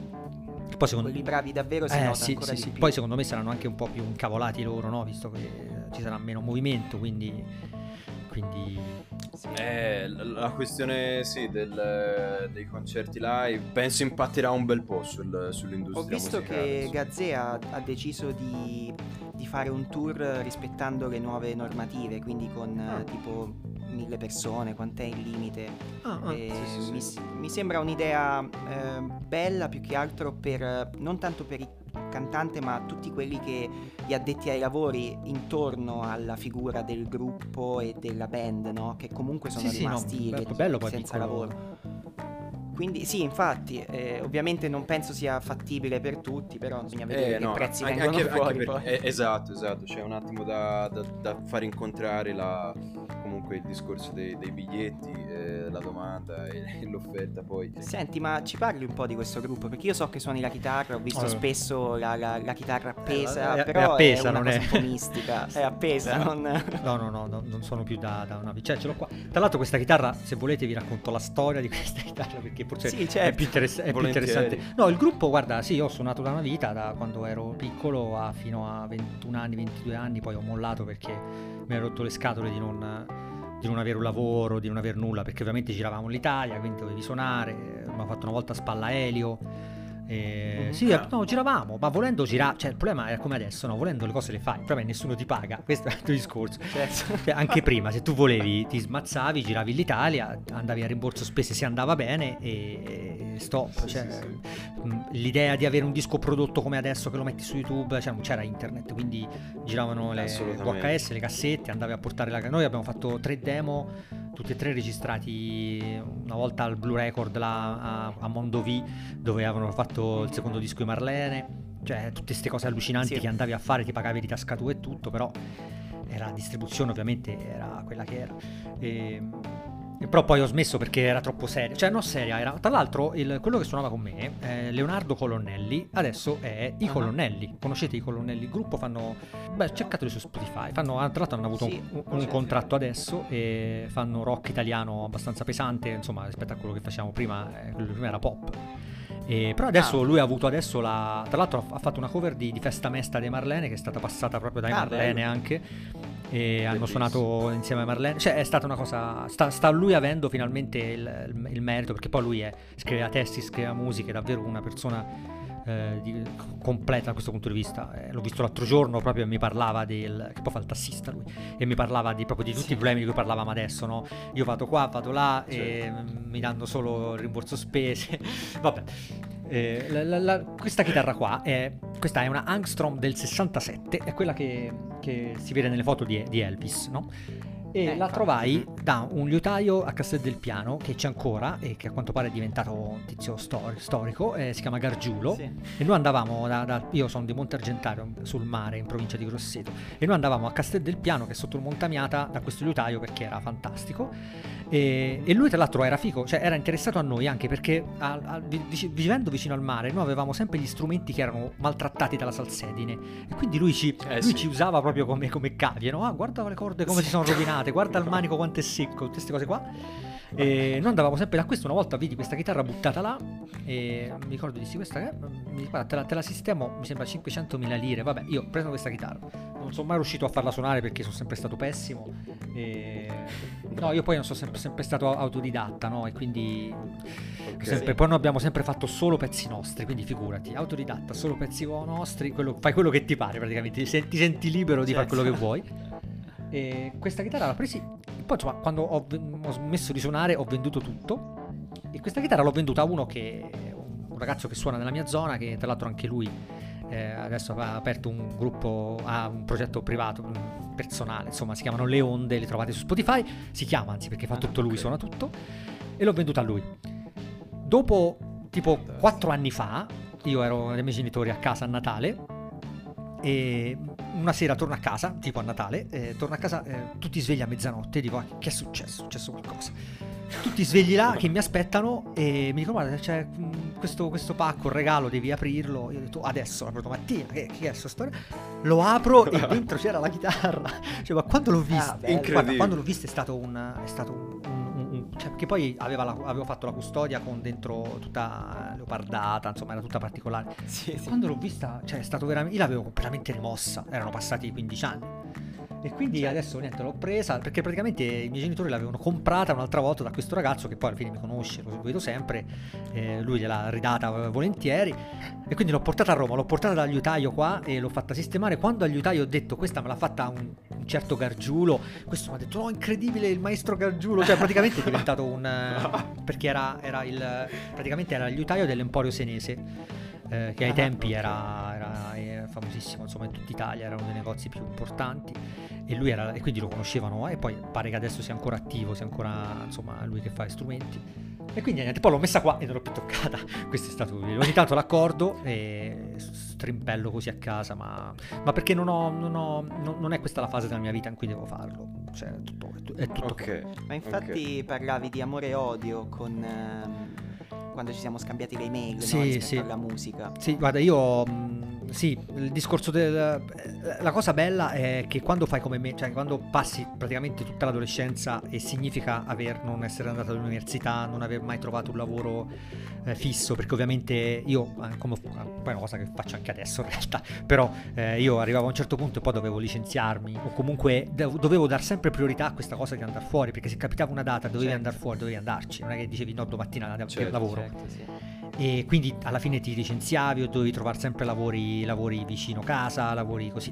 Poi quelli bravi davvero si nota ancora di più. Poi secondo me saranno anche un po' più incavolati loro, no? Visto che ci sarà meno movimento, quindi... La questione dei concerti live penso impatterà un bel po' sull'industria. Ho visto musicale, che Gazzea ha deciso di fare un tour rispettando le nuove normative, quindi con tipo 1000 persone, quant'è il limite. Mi sembra un'idea bella, più che altro non tanto per il cantante, ma tutti quelli che gli addetti ai lavori intorno alla figura del gruppo e della band, no? Che comunque sono rimasti bello poi senza piccolo... lavoro. Quindi sì, infatti, ovviamente non penso sia fattibile per tutti, però bisogna vedere che prezzi vengono fuori. Esatto, c'è un attimo da far incontrare comunque il discorso dei biglietti, la domanda e l'offerta poi. Senti, ma ci parli un po' di questo gruppo? Perché io so che suoni la chitarra, ho visto spesso la chitarra appesa, però è appesa, è una cosa un po' mistica. È appesa, non... non sono più da una... Cioè ce l'ho qua. Tra l'altro questa chitarra, se volete vi racconto la storia di questa chitarra, perché forse è più interessante. No, il gruppo, guarda, sì, io ho suonato da una vita, da quando ero piccolo fino a 21 anni, 22 anni, poi ho mollato perché mi ero rotto le scatole di non avere un lavoro, di non aver nulla, perché ovviamente giravamo l'Italia, quindi dovevi suonare. Abbiamo fatto una volta a Spalla Elio. Giravamo, ma volendo girare, cioè il problema era come adesso, no? Volendo le cose le fai, il problema è che nessuno ti paga, questo è il tuo discorso. Cioè, anche prima, se tu volevi, ti smazzavi, giravi l'Italia, andavi a rimborso spese se andava bene e stop. L'idea di avere un disco prodotto come adesso che lo metti su YouTube, cioè non c'era internet, quindi giravano le VHS, le cassette, andavi a portare noi abbiamo fatto 3 demo tutti e tre registrati una volta al Blue Record là a Mondovì, dove avevano fatto il secondo disco di Marlene, cioè tutte queste cose allucinanti che andavi a fare, ti pagavi di tasca tua e tutto, però la distribuzione ovviamente era quella che era. E però poi ho smesso perché era troppo seria, cioè non seria, era tra l'altro quello che suonava con me, Leonardo Colonnelli, adesso è i Colonnelli. Conoscete i Colonnelli? Il gruppo cercateli su Spotify, tra l'altro hanno avuto un contratto adesso e fanno rock italiano abbastanza pesante, insomma, rispetto a quello che facevamo prima. Quello prima era pop. Però adesso lui ha avuto tra l'altro ha fatto una cover di Festa Mesta dei Marlene, che è stata passata proprio dai Marlene, bello. Anche, e hanno suonato insieme a Marlene, cioè è stata una cosa, sta lui avendo finalmente il merito, perché poi lui scriveva testi, scriveva musiche, è davvero una persona completa da questo punto di vista. L'ho visto l'altro giorno proprio, e mi parlava che poi fa il tassista lui, e mi parlava proprio di tutti i problemi di cui parlavamo adesso, no? Io vado qua, vado là, e mi danno solo il rimborso spese. Vabbè, questa chitarra qua questa è una Angstrom del 67, è quella che si vede nelle foto di Elvis, no? E la trovai da un liutaio a Castel del Piano, che c'è ancora e che a quanto pare è diventato un tizio storico, si chiama Gargiulo, sì. E noi andavamo io sono di Montargentario, sul mare, in provincia di Grosseto, e noi andavamo a Castel del Piano, che è sotto il Montamiata, da questo liutaio, perché era fantastico. E lui tra l'altro era figo, cioè era interessato a noi, anche perché vivendo vicino al mare noi avevamo sempre gli strumenti che erano maltrattati dalla salsedine, e quindi lui ci usava proprio come cavie, no? Guarda le corde come si sono rovinate, guarda il manico quanto è secco, tutte queste cose qua. E noi andavamo sempre da questo. Una volta vidi questa chitarra buttata là e mi ricordo, dissi: questa che guarda, te la sistemo, mi sembra 500.000 lire. Vabbè, io ho preso questa chitarra, non sono mai riuscito a farla suonare perché sono sempre stato pessimo, no, io poi non sono sempre stato autodidatta, no? E quindi poi noi abbiamo sempre fatto solo pezzi nostri, quindi figurati, autodidatta, solo pezzi nostri, fai quello che ti pare praticamente, ti senti libero di fare quello che vuoi. E questa chitarra l'ho presi, poi insomma, quando ho smesso di suonare ho venduto tutto, e questa chitarra l'ho venduta a un ragazzo che suona nella mia zona, che tra l'altro anche lui adesso ha aperto un gruppo, ha un progetto privato, personale, insomma, si chiamano Le Onde, le trovate su Spotify, anzi perché fa tutto lui, suona tutto, e l'ho venduta a lui. Dopo tipo 4 anni fa, io ero dai miei genitori a casa a Natale, e una sera torno a casa, tipo a Natale, tutti svegli a mezzanotte, dico: che è successo? È successo qualcosa. Tutti svegli là che mi aspettano e mi dicono: guarda, c'è questo pacco, un regalo, devi aprirlo. Io ho detto: adesso, l'apro domattina, che è questa storia? Lo apro e dentro c'era la chitarra. Cioè, ma quando l'ho vista, guarda, quando l'ho vista è stato cioè, perché poi avevo fatto la custodia con dentro tutta leopardata, insomma era tutta particolare. Sì. Quando l'ho vista, cioè è stato veramente, io l'avevo completamente rimossa, erano passati 15 anni. E quindi adesso niente, l'ho presa perché praticamente i miei genitori l'avevano comprata un'altra volta da questo ragazzo che poi alla fine mi conosce, lo vedo sempre, lui gliel'ha ridata volentieri, e quindi l'ho portata a Roma, l'ho portata dal liutaio qua e l'ho fatta sistemare. Quando al liutaio ho detto: questa me l'ha fatta un certo Gargiulo, questo mi ha detto: no, incredibile, il maestro Gargiulo, cioè praticamente è diventato perché praticamente era il liutaio dell'Emporio Senese, che ai tempi era famosissimo, insomma, in tutta Italia era uno dei negozi più importanti, e lui e quindi lo conoscevano, e poi pare che adesso sia ancora attivo, sia ancora, insomma, lui che fa strumenti, e quindi niente, poi l'ho messa qua e non l'ho più toccata. Questo è stato ogni tanto l'accordo e strimpello così a casa, ma perché non è questa la fase della mia vita in cui devo farlo, cioè è tutto okay. Ma infatti parlavi di amore e odio quando ci siamo scambiati le email, sì, no? Rispetto alla musica. Sì, guarda, io il discorso la cosa bella è che quando fai come me, cioè quando passi praticamente tutta l'adolescenza e significa non essere andato all'università, non aver mai trovato un lavoro fisso, perché ovviamente io poi è una cosa che faccio anche adesso in realtà, però io arrivavo a un certo punto e poi dovevo licenziarmi, o comunque dovevo dar sempre priorità a questa cosa di andare fuori, perché se capitava una data dovevi andare fuori, dovevi andarci, non è che dicevi: no, domattina andiamo per lavoro. Sì. E quindi alla fine ti licenziavi o dovevi trovare sempre lavori vicino casa, lavori così.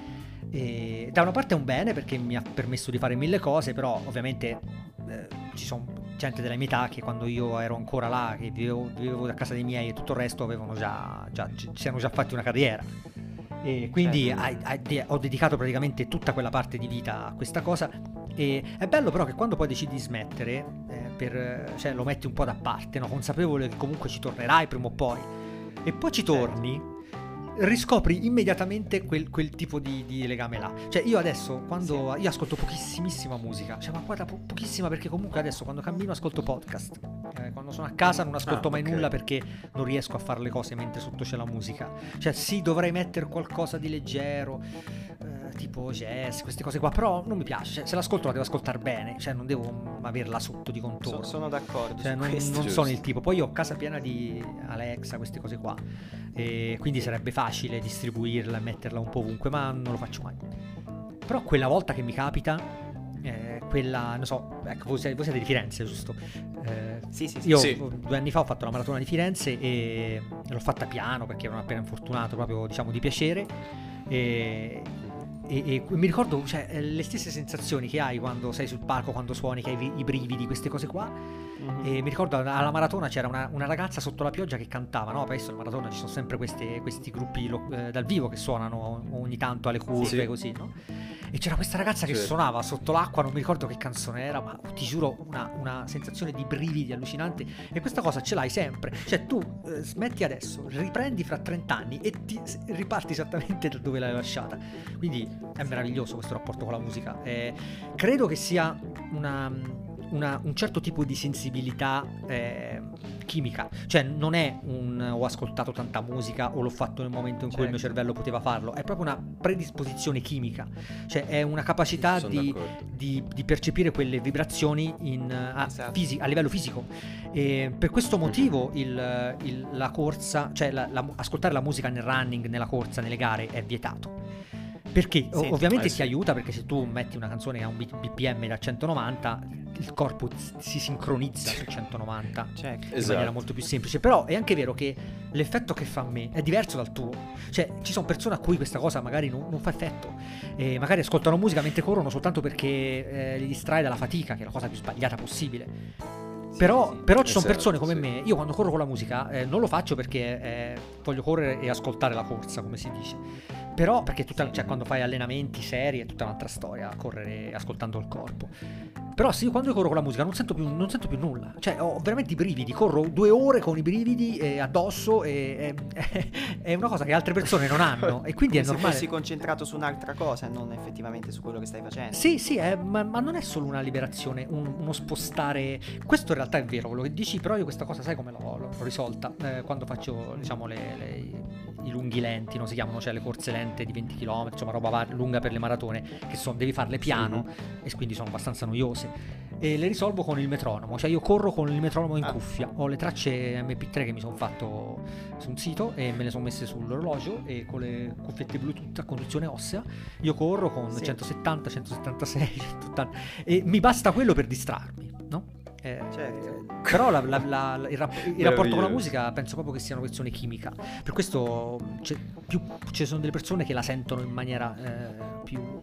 E da una parte è un bene perché mi ha permesso di fare 1000 cose, però ovviamente ci sono gente della mia età che quando io ero ancora là, che vivevo a casa dei miei e tutto il resto, avevano si erano già fatti una carriera. E quindi ho dedicato praticamente tutta quella parte di vita a questa cosa. E è bello però che quando poi decidi di smettere, cioè lo metti un po' da parte, no? Consapevole che comunque ci tornerai prima o poi, e poi ci torni, riscopri immediatamente quel tipo di legame là. Cioè io adesso quando io ascolto pochissimissima musica, cioè ma guarda pochissima, perché comunque adesso quando cammino ascolto podcast, quando sono a casa non ascolto mai nulla perché non riesco a fare le cose mentre sotto c'è la musica. Cioè sì, dovrei mettere qualcosa di leggero, tipo jazz, queste cose qua, però non mi piace. Cioè, se l'ascolto la devo ascoltare bene, cioè non devo averla sotto di contorno. Sono d'accordo, cioè, non sono il tipo. Poi io ho casa piena di Alexa, queste cose qua, e quindi sarebbe facile distribuirla e metterla un po' ovunque, ma non lo faccio mai. Però quella volta che mi capita, quella, non so, ecco, voi siete di Firenze, giusto? Sì. Io 2 anni fa ho fatto la maratona di Firenze e l'ho fatta piano perché ero appena infortunato, proprio diciamo di piacere, e mi ricordo, cioè, le stesse sensazioni che hai quando sei sul palco, quando suoni, che hai i brividi, queste cose qua. E mi ricordo alla maratona c'era una ragazza sotto la pioggia che cantava, no? Penso alla maratona ci sono sempre questi gruppi dal vivo che suonano ogni tanto alle curve, così, no? E c'era questa ragazza che suonava sotto l'acqua, non mi ricordo che canzone era, ma ti giuro una sensazione di brividi allucinante. E questa cosa ce l'hai sempre, cioè tu smetti adesso, riprendi fra 30 anni e ti riparti esattamente da dove l'hai lasciata. Quindi è meraviglioso questo rapporto con la musica. Credo che sia un certo tipo di sensibilità chimica, cioè non è ho ascoltato tanta musica o l'ho fatto nel momento in cui il mio cervello poteva farlo, è proprio una predisposizione chimica, cioè è una capacità di percepire quelle vibrazioni a livello fisico, e per questo motivo la corsa, cioè ascoltare la musica nel running, nella corsa, nelle gare è vietato. Perché ovviamente ti aiuta, perché se tu metti una canzone che ha un BPM da 190, il corpo si sincronizza su 190 in maniera molto più semplice. Però è anche vero che l'effetto che fa a me è diverso dal tuo. Cioè ci sono persone a cui questa cosa magari non fa effetto, e magari ascoltano musica mentre corrono soltanto perché li distrae dalla fatica, che è la cosa più sbagliata possibile. Però ci sono persone come me. Io quando corro con la musica non lo faccio perché voglio correre e ascoltare la corsa, come si dice. Però perché cioè, quando fai allenamenti seri è tutta un'altra storia, correre ascoltando il corpo. Però sì, quando io corro con la musica non sento più nulla. Cioè ho veramente i brividi, corro 2 ore con i brividi addosso, e è una cosa che altre persone non hanno. E quindi è normale. Se fossi concentrato su un'altra cosa e non effettivamente su quello che stai facendo. Sì, ma non è solo una liberazione, uno spostare. Questo in realtà è vero quello che dici, però io questa cosa sai come l'ho risolta? Quando faccio, diciamo, i lunghi lenti, no? Si chiamano, cioè le corse lente di 20 km, insomma roba lunga per le maratone, che devi farle piano, e quindi sono abbastanza noiose, e le risolvo con il metronomo. Cioè io corro con il metronomo in cuffia, ho le tracce MP3 che mi sono fatto su un sito e me le sono messe sull'orologio, e con le cuffiette Bluetooth a conduzione ossea io corro con 170, 176, 180, e mi basta quello per distrarmi, no? Però il rapporto con la musica penso proprio che sia una questione chimica. Per questo ci sono delle persone che la sentono in maniera più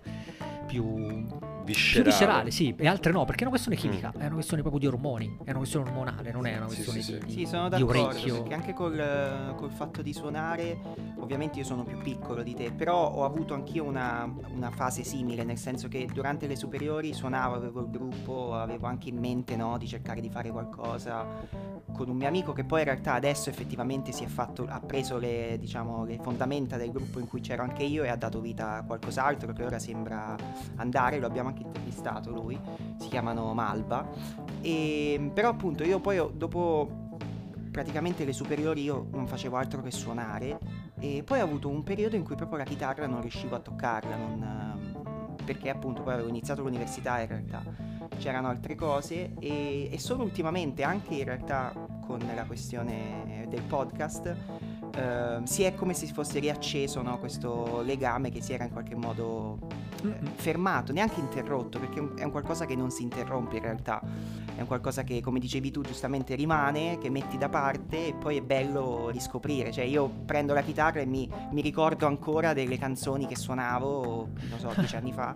viscerale, sì, e altre no, perché è una questione chimica, è una questione proprio di ormoni, è una questione ormonale, non è una questione di sono di d'accordo, orecchio. perché anche col fatto di suonare, ovviamente io sono più piccolo di te, però ho avuto anch'io una fase simile, nel senso che durante le superiori suonavo, avevo il gruppo, avevo anche in mente, no, di cercare di fare qualcosa con un mio amico, che poi in realtà adesso effettivamente ha preso le fondamenta del gruppo in cui c'ero anche io, e ha dato vita a qualcos'altro che ora sembra andare. Lo abbiamo anche intervistato, lui, si chiamano Malva. Però appunto io poi dopo praticamente le superiori io non facevo altro che suonare, e poi ho avuto un periodo in cui proprio la chitarra non riuscivo a toccarla, perché appunto poi avevo iniziato l'università, in realtà c'erano altre cose, e solo ultimamente, anche in realtà con la questione del podcast, si è come se si fosse riacceso, no, questo legame che si era in qualche modo fermato, neanche interrotto, perché è un qualcosa che non si interrompe in realtà, è un qualcosa che, come dicevi tu giustamente, rimane, che metti da parte, e poi è bello riscoprire. Cioè io prendo la chitarra e mi ricordo ancora delle canzoni che suonavo, non so, 10 anni fa,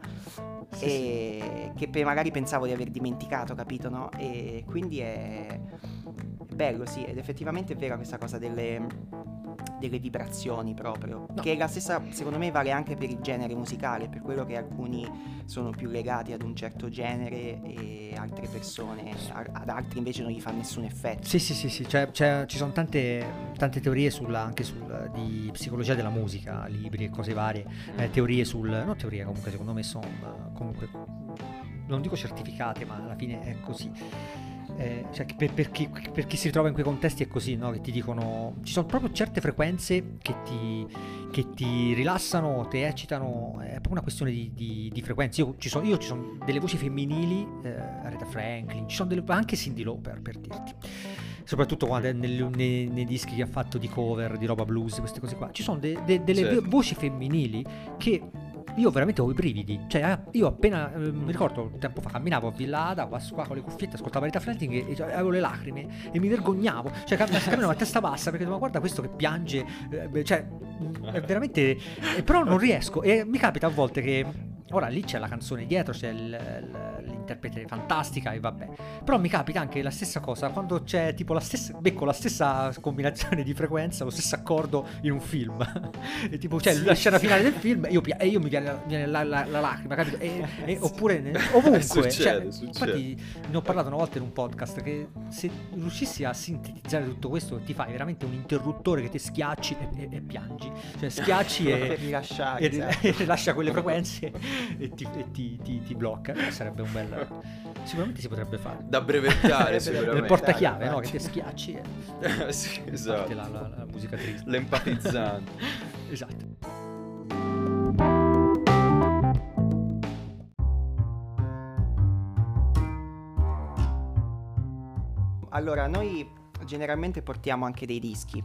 che magari pensavo di aver dimenticato, capito, no? E quindi è bello, sì, ed effettivamente è vera questa cosa delle vibrazioni proprio, No. che è la stessa, secondo me vale anche per il genere musicale, per quello che alcuni sono più legati ad un certo genere e altre persone ad altri invece non gli fa nessun effetto. Sì, ci sono tante teorie di psicologia della musica, libri e cose varie, teorie non teorie, comunque secondo me sono comunque, non dico certificate, ma alla fine è così. Cioè per chi si ritrova in quei contesti è così, no? Che ti dicono, ci sono proprio certe frequenze che ti rilassano, ti eccitano, è proprio una questione di frequenze. Ci sono delle voci femminili, Aretha Franklin, ci sono anche Cyndi Lauper, per dirti, soprattutto quando nei dischi che ha fatto di cover, di roba blues, queste cose qua, ci sono delle voci femminili che io veramente ho i brividi. Cioè io appena mi ricordo tempo fa camminavo a Villa Ada qua con le cuffiette, ascoltavo Aretha Franklin e avevo le lacrime e mi vergognavo, cioè camminavo a testa bassa perché ma guarda questo che piange, cioè è veramente, però non riesco, e mi capita a volte che ora lì c'è la canzone dietro, c'è l'interprete fantastica e vabbè, però mi capita anche la stessa cosa quando c'è tipo becco la stessa combinazione di frequenza, lo stesso accordo in un film e tipo c'è la scena finale del film e io mi viene la lacrima, capito? Oppure ovunque succede. Infatti ne ho parlato una volta in un podcast che se riuscissi a sintetizzare tutto questo ti fai veramente un interruttore che ti schiacci e piangi, cioè schiacci per rilasciare, e rilascia quelle frequenze e ti blocca. Sarebbe un bel, sicuramente si potrebbe fare da brevettare sicuramente, nel portachiave, no? Che ti schiacci e sì, esatto, la musica triste, l'empatizzante. esatto. Allora, noi generalmente portiamo anche dei dischi.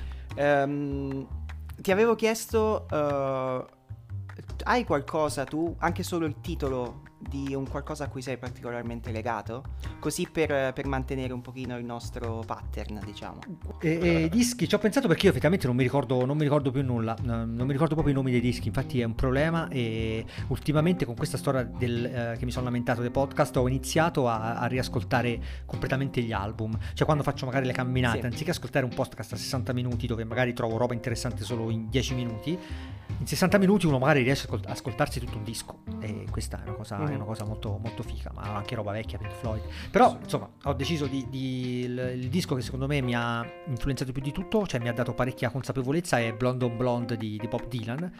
Ti avevo chiesto, hai qualcosa tu, anche solo il titolo di un qualcosa a cui sei particolarmente legato? Così per mantenere un pochino il nostro pattern, diciamo. E dischi, ci ho pensato perché io effettivamente non mi ricordo più nulla, non mi ricordo proprio i nomi dei dischi, infatti è un problema, e ultimamente con questa storia che mi sono lamentato dei podcast ho iniziato a riascoltare completamente gli album, cioè quando faccio magari le camminate, sì, anziché ascoltare un podcast a 60 minuti dove magari trovo roba interessante solo in 10 minuti, in 60 minuti uno magari riesce a ascoltarsi tutto un disco, e questa è una cosa molto, molto figa, ma anche roba vecchia, Pink Floyd. Però insomma ho deciso il disco che secondo me mi ha influenzato più di tutto, cioè mi ha dato parecchia consapevolezza, è Blonde on Blonde di Bob Dylan.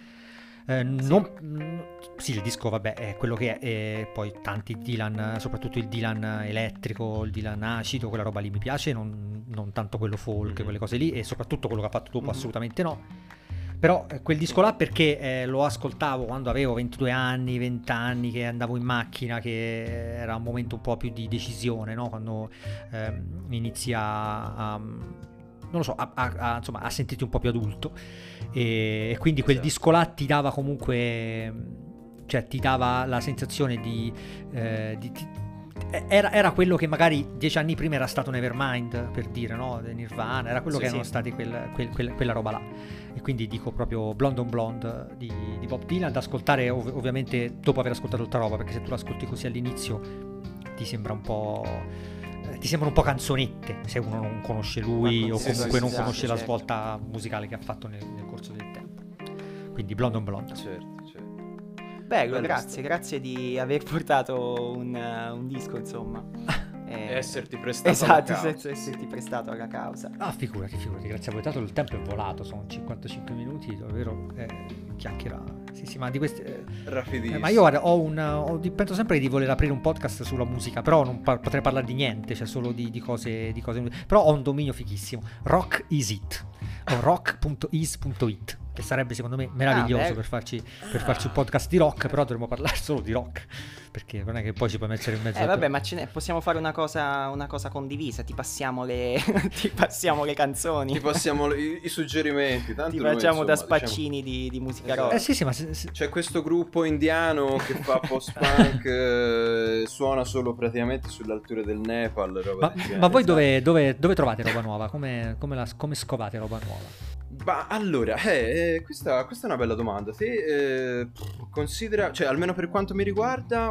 Sì, il disco vabbè è quello che è, e poi tanti Dylan, soprattutto il Dylan elettrico, il Dylan acido, quella roba lì mi piace, non tanto quello folk, quelle cose lì, e soprattutto quello che ha fatto dopo assolutamente no. Però quel disco là perché lo ascoltavo quando avevo 22 anni, 20 anni, che andavo in macchina, che era un momento un po' più di decisione, no? Quando inizi non lo so, insomma, a sentirti un po' più adulto, e quindi quel disco là ti dava comunque, cioè ti dava la sensazione era quello che magari 10 anni prima era stato Nevermind, per dire, no? Nirvana, era quello che erano stati quella roba là. E quindi dico proprio Blonde on Blonde di Bob Dylan, da ascoltare ovviamente dopo aver ascoltato tutta roba, perché se tu l'ascolti così all'inizio ti sembra un po', ti sembrano un po' canzonette se uno non conosce lui o comunque non conosce la svolta musicale che ha fatto nel corso del tempo. Quindi Blonde on Blonde. Certo. Bello, grazie di aver portato un disco, insomma. E esserti prestato alla causa. Esatto, esserti prestato alla causa. Figurati, grazie a voi. Tanto il tempo è volato, sono 55 minuti, davvero chiacchiera. Sì, ma di queste rapidissimo. Ma io guarda, penso sempre di voler aprire un podcast sulla musica, però non potrei parlare di niente, cioè solo di cose. Però ho un dominio fighissimo, Rock Is It, o rock.is.it, che sarebbe secondo me meraviglioso per farci un podcast di rock, però dovremmo parlare solo di rock, perché non è che poi ci puoi mettere in mezzo vabbè, ma possiamo fare una cosa condivisa, ti passiamo le canzoni, ti passiamo i suggerimenti, tanto ti facciamo noi, da spaccini di musica rock. Sì, ma c'è questo gruppo indiano che fa post-punk, suona solo praticamente sull'altura del Nepal, ma voi dove trovate roba nuova? Come scovate roba nuova? Ma allora, questa è una bella domanda. Te considera, cioè almeno per quanto mi riguarda,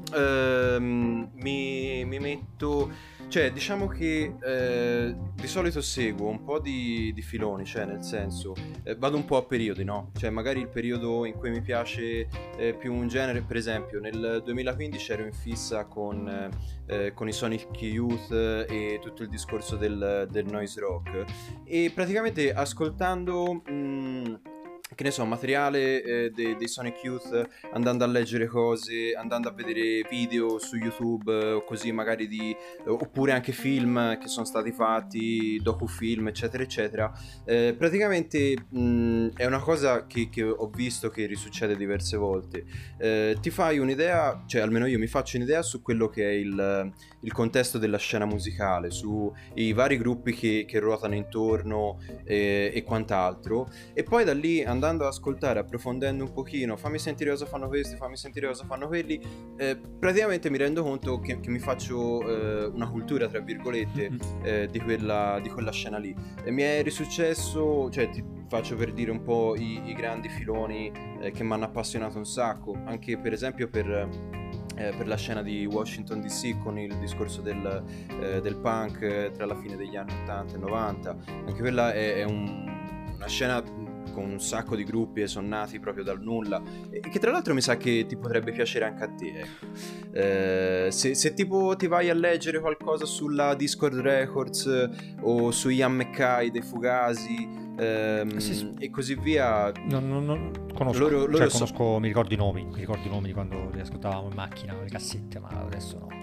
mi metto, cioè diciamo che di solito seguo un po' di filoni, cioè nel senso vado un po' a periodi, no? Cioè magari il periodo in cui mi piace più un genere, per esempio nel 2015 ero in fissa con i Sonic Youth e tutto il discorso del noise rock, e praticamente ascoltando che ne so, materiale dei Sonic Youth, andando a leggere cose, andando a vedere video su YouTube, o così magari oppure anche film che sono stati fatti, docufilm, eccetera, eccetera. Praticamente è una cosa che ho visto che risuccede diverse volte. Ti fai un'idea, cioè almeno io mi faccio un'idea su quello che è il contesto della scena musicale, su i vari gruppi che ruotano intorno e quant'altro, e poi da lì andando ad ascoltare, approfondendo un pochino, fammi sentire cosa fanno questi, fammi sentire cosa fanno quelli, praticamente mi rendo conto che mi faccio una cultura, tra virgolette, di quella scena lì. E mi è risuccesso, cioè ti faccio per dire un po' i grandi filoni che mi hanno appassionato un sacco, anche per esempio per la scena di Washington DC, con il discorso del punk tra la fine degli anni 80 e 90. Anche quella è una scena con un sacco di gruppi e sono nati proprio dal nulla, e che tra l'altro mi sa che ti potrebbe piacere anche a te, ecco. Se tipo ti vai a leggere qualcosa sulla Discord Records o su Ian MacKay dei Fugazi, sì. e così via, non conosco, loro conosco, mi ricordo i nomi di quando li ascoltavamo in macchina, le cassette, ma adesso no.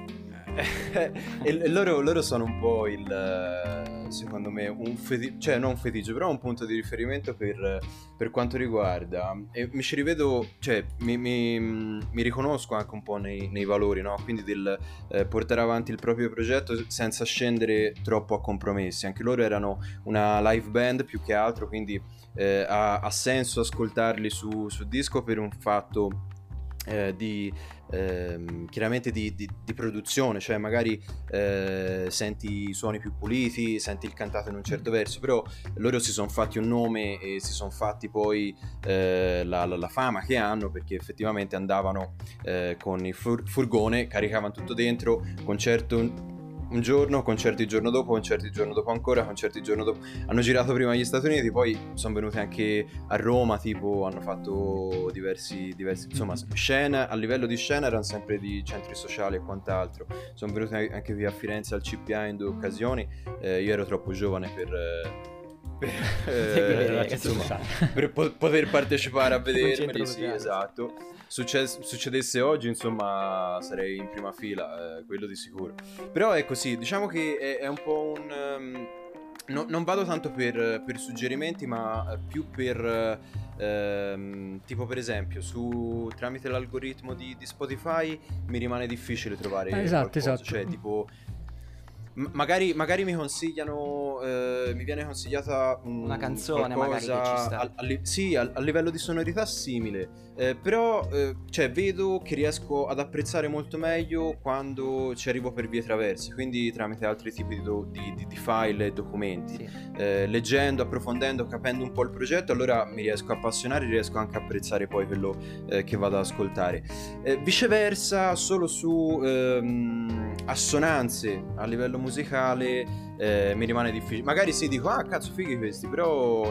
E loro sono un po' secondo me cioè non un feticcio, però un punto di riferimento per quanto riguarda, e mi ci rivedo, cioè mi riconosco anche un po' nei valori, no? Quindi del portare avanti il proprio progetto senza scendere troppo a compromessi. Anche loro erano una live band più che altro, quindi ha senso ascoltarli su disco per un fatto chiaramente di produzione, cioè magari senti i suoni più puliti, senti il cantato in un certo verso, però loro si sono fatti un nome e si sono fatti poi la fama che hanno, perché effettivamente andavano con il furgone, caricavano tutto dentro, concerto un giorno, concerti il giorno dopo, concerti il giorno dopo ancora, concerti il giorno dopo. Hanno girato prima negli Stati Uniti, poi sono venuti anche a Roma, tipo hanno fatto diversi insomma, scena, a livello di scena erano sempre di centri sociali e quant'altro. Sono venuti anche qui a Firenze al CPA in 2 occasioni. Io ero troppo giovane per poter partecipare a vedermeli, sì, esatto. Succedesse oggi, insomma, sarei in prima fila, quello di sicuro. Però è così, diciamo che è un po' non vado tanto per suggerimenti, ma più per tipo per esempio tramite l'algoritmo di Spotify mi rimane difficile trovare qualcosa. Cioè tipo magari mi consigliano, mi viene consigliata una canzone qualcosa, magari che ci sta. Sì, a livello di sonorità simile, però cioè vedo che riesco ad apprezzare molto meglio quando ci arrivo per vie traverse, quindi tramite altri tipi di file e documenti, Sì. Leggendo, approfondendo, capendo un po' il progetto, allora mi riesco a appassionare, riesco anche a apprezzare poi quello che vado ad ascoltare. Viceversa, solo su assonanze a livello musicale mi rimane difficile. Magari sì, dico cazzo fighi questi, però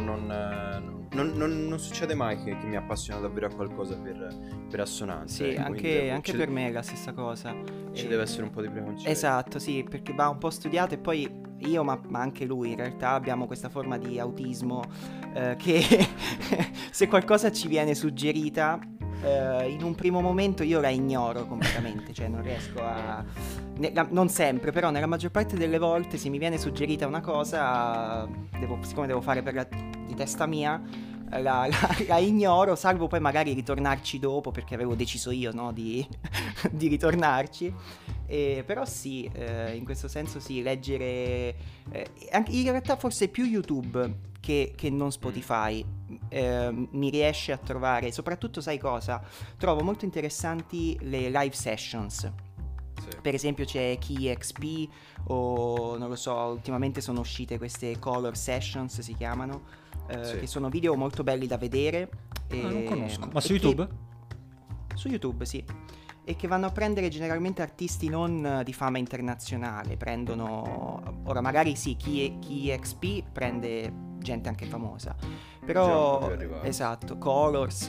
non succede mai che mi appassiona davvero a qualcosa per assonanze. Sì, anche per me è la stessa cosa. Ci deve essere un po' di preconcetti. Esatto, sì, perché va un po' studiato, e poi io, ma anche lui, in realtà abbiamo questa forma di autismo che se qualcosa ci viene suggerita, in un primo momento io la ignoro completamente, cioè non riesco non sempre, però nella maggior parte delle volte se mi viene suggerita una cosa, siccome devo fare di testa mia, la ignoro, salvo poi magari ritornarci dopo perché avevo deciso io, no, di ritornarci. Però sì, in questo senso sì, leggere anche in realtà forse più YouTube che non Spotify mi riesce a trovare, soprattutto sai cosa? Trovo molto interessanti le live sessions. Sì. Per esempio c'è KeyXP, o non lo so, ultimamente sono uscite queste Color Sessions, si chiamano, sì, che sono video molto belli da vedere. Non conosco. Ma su YouTube? Su YouTube, sì. e che vanno a prendere generalmente artisti non di fama internazionale. Prendono, ora magari sì, chi XP prende gente anche famosa, però esatto, Colors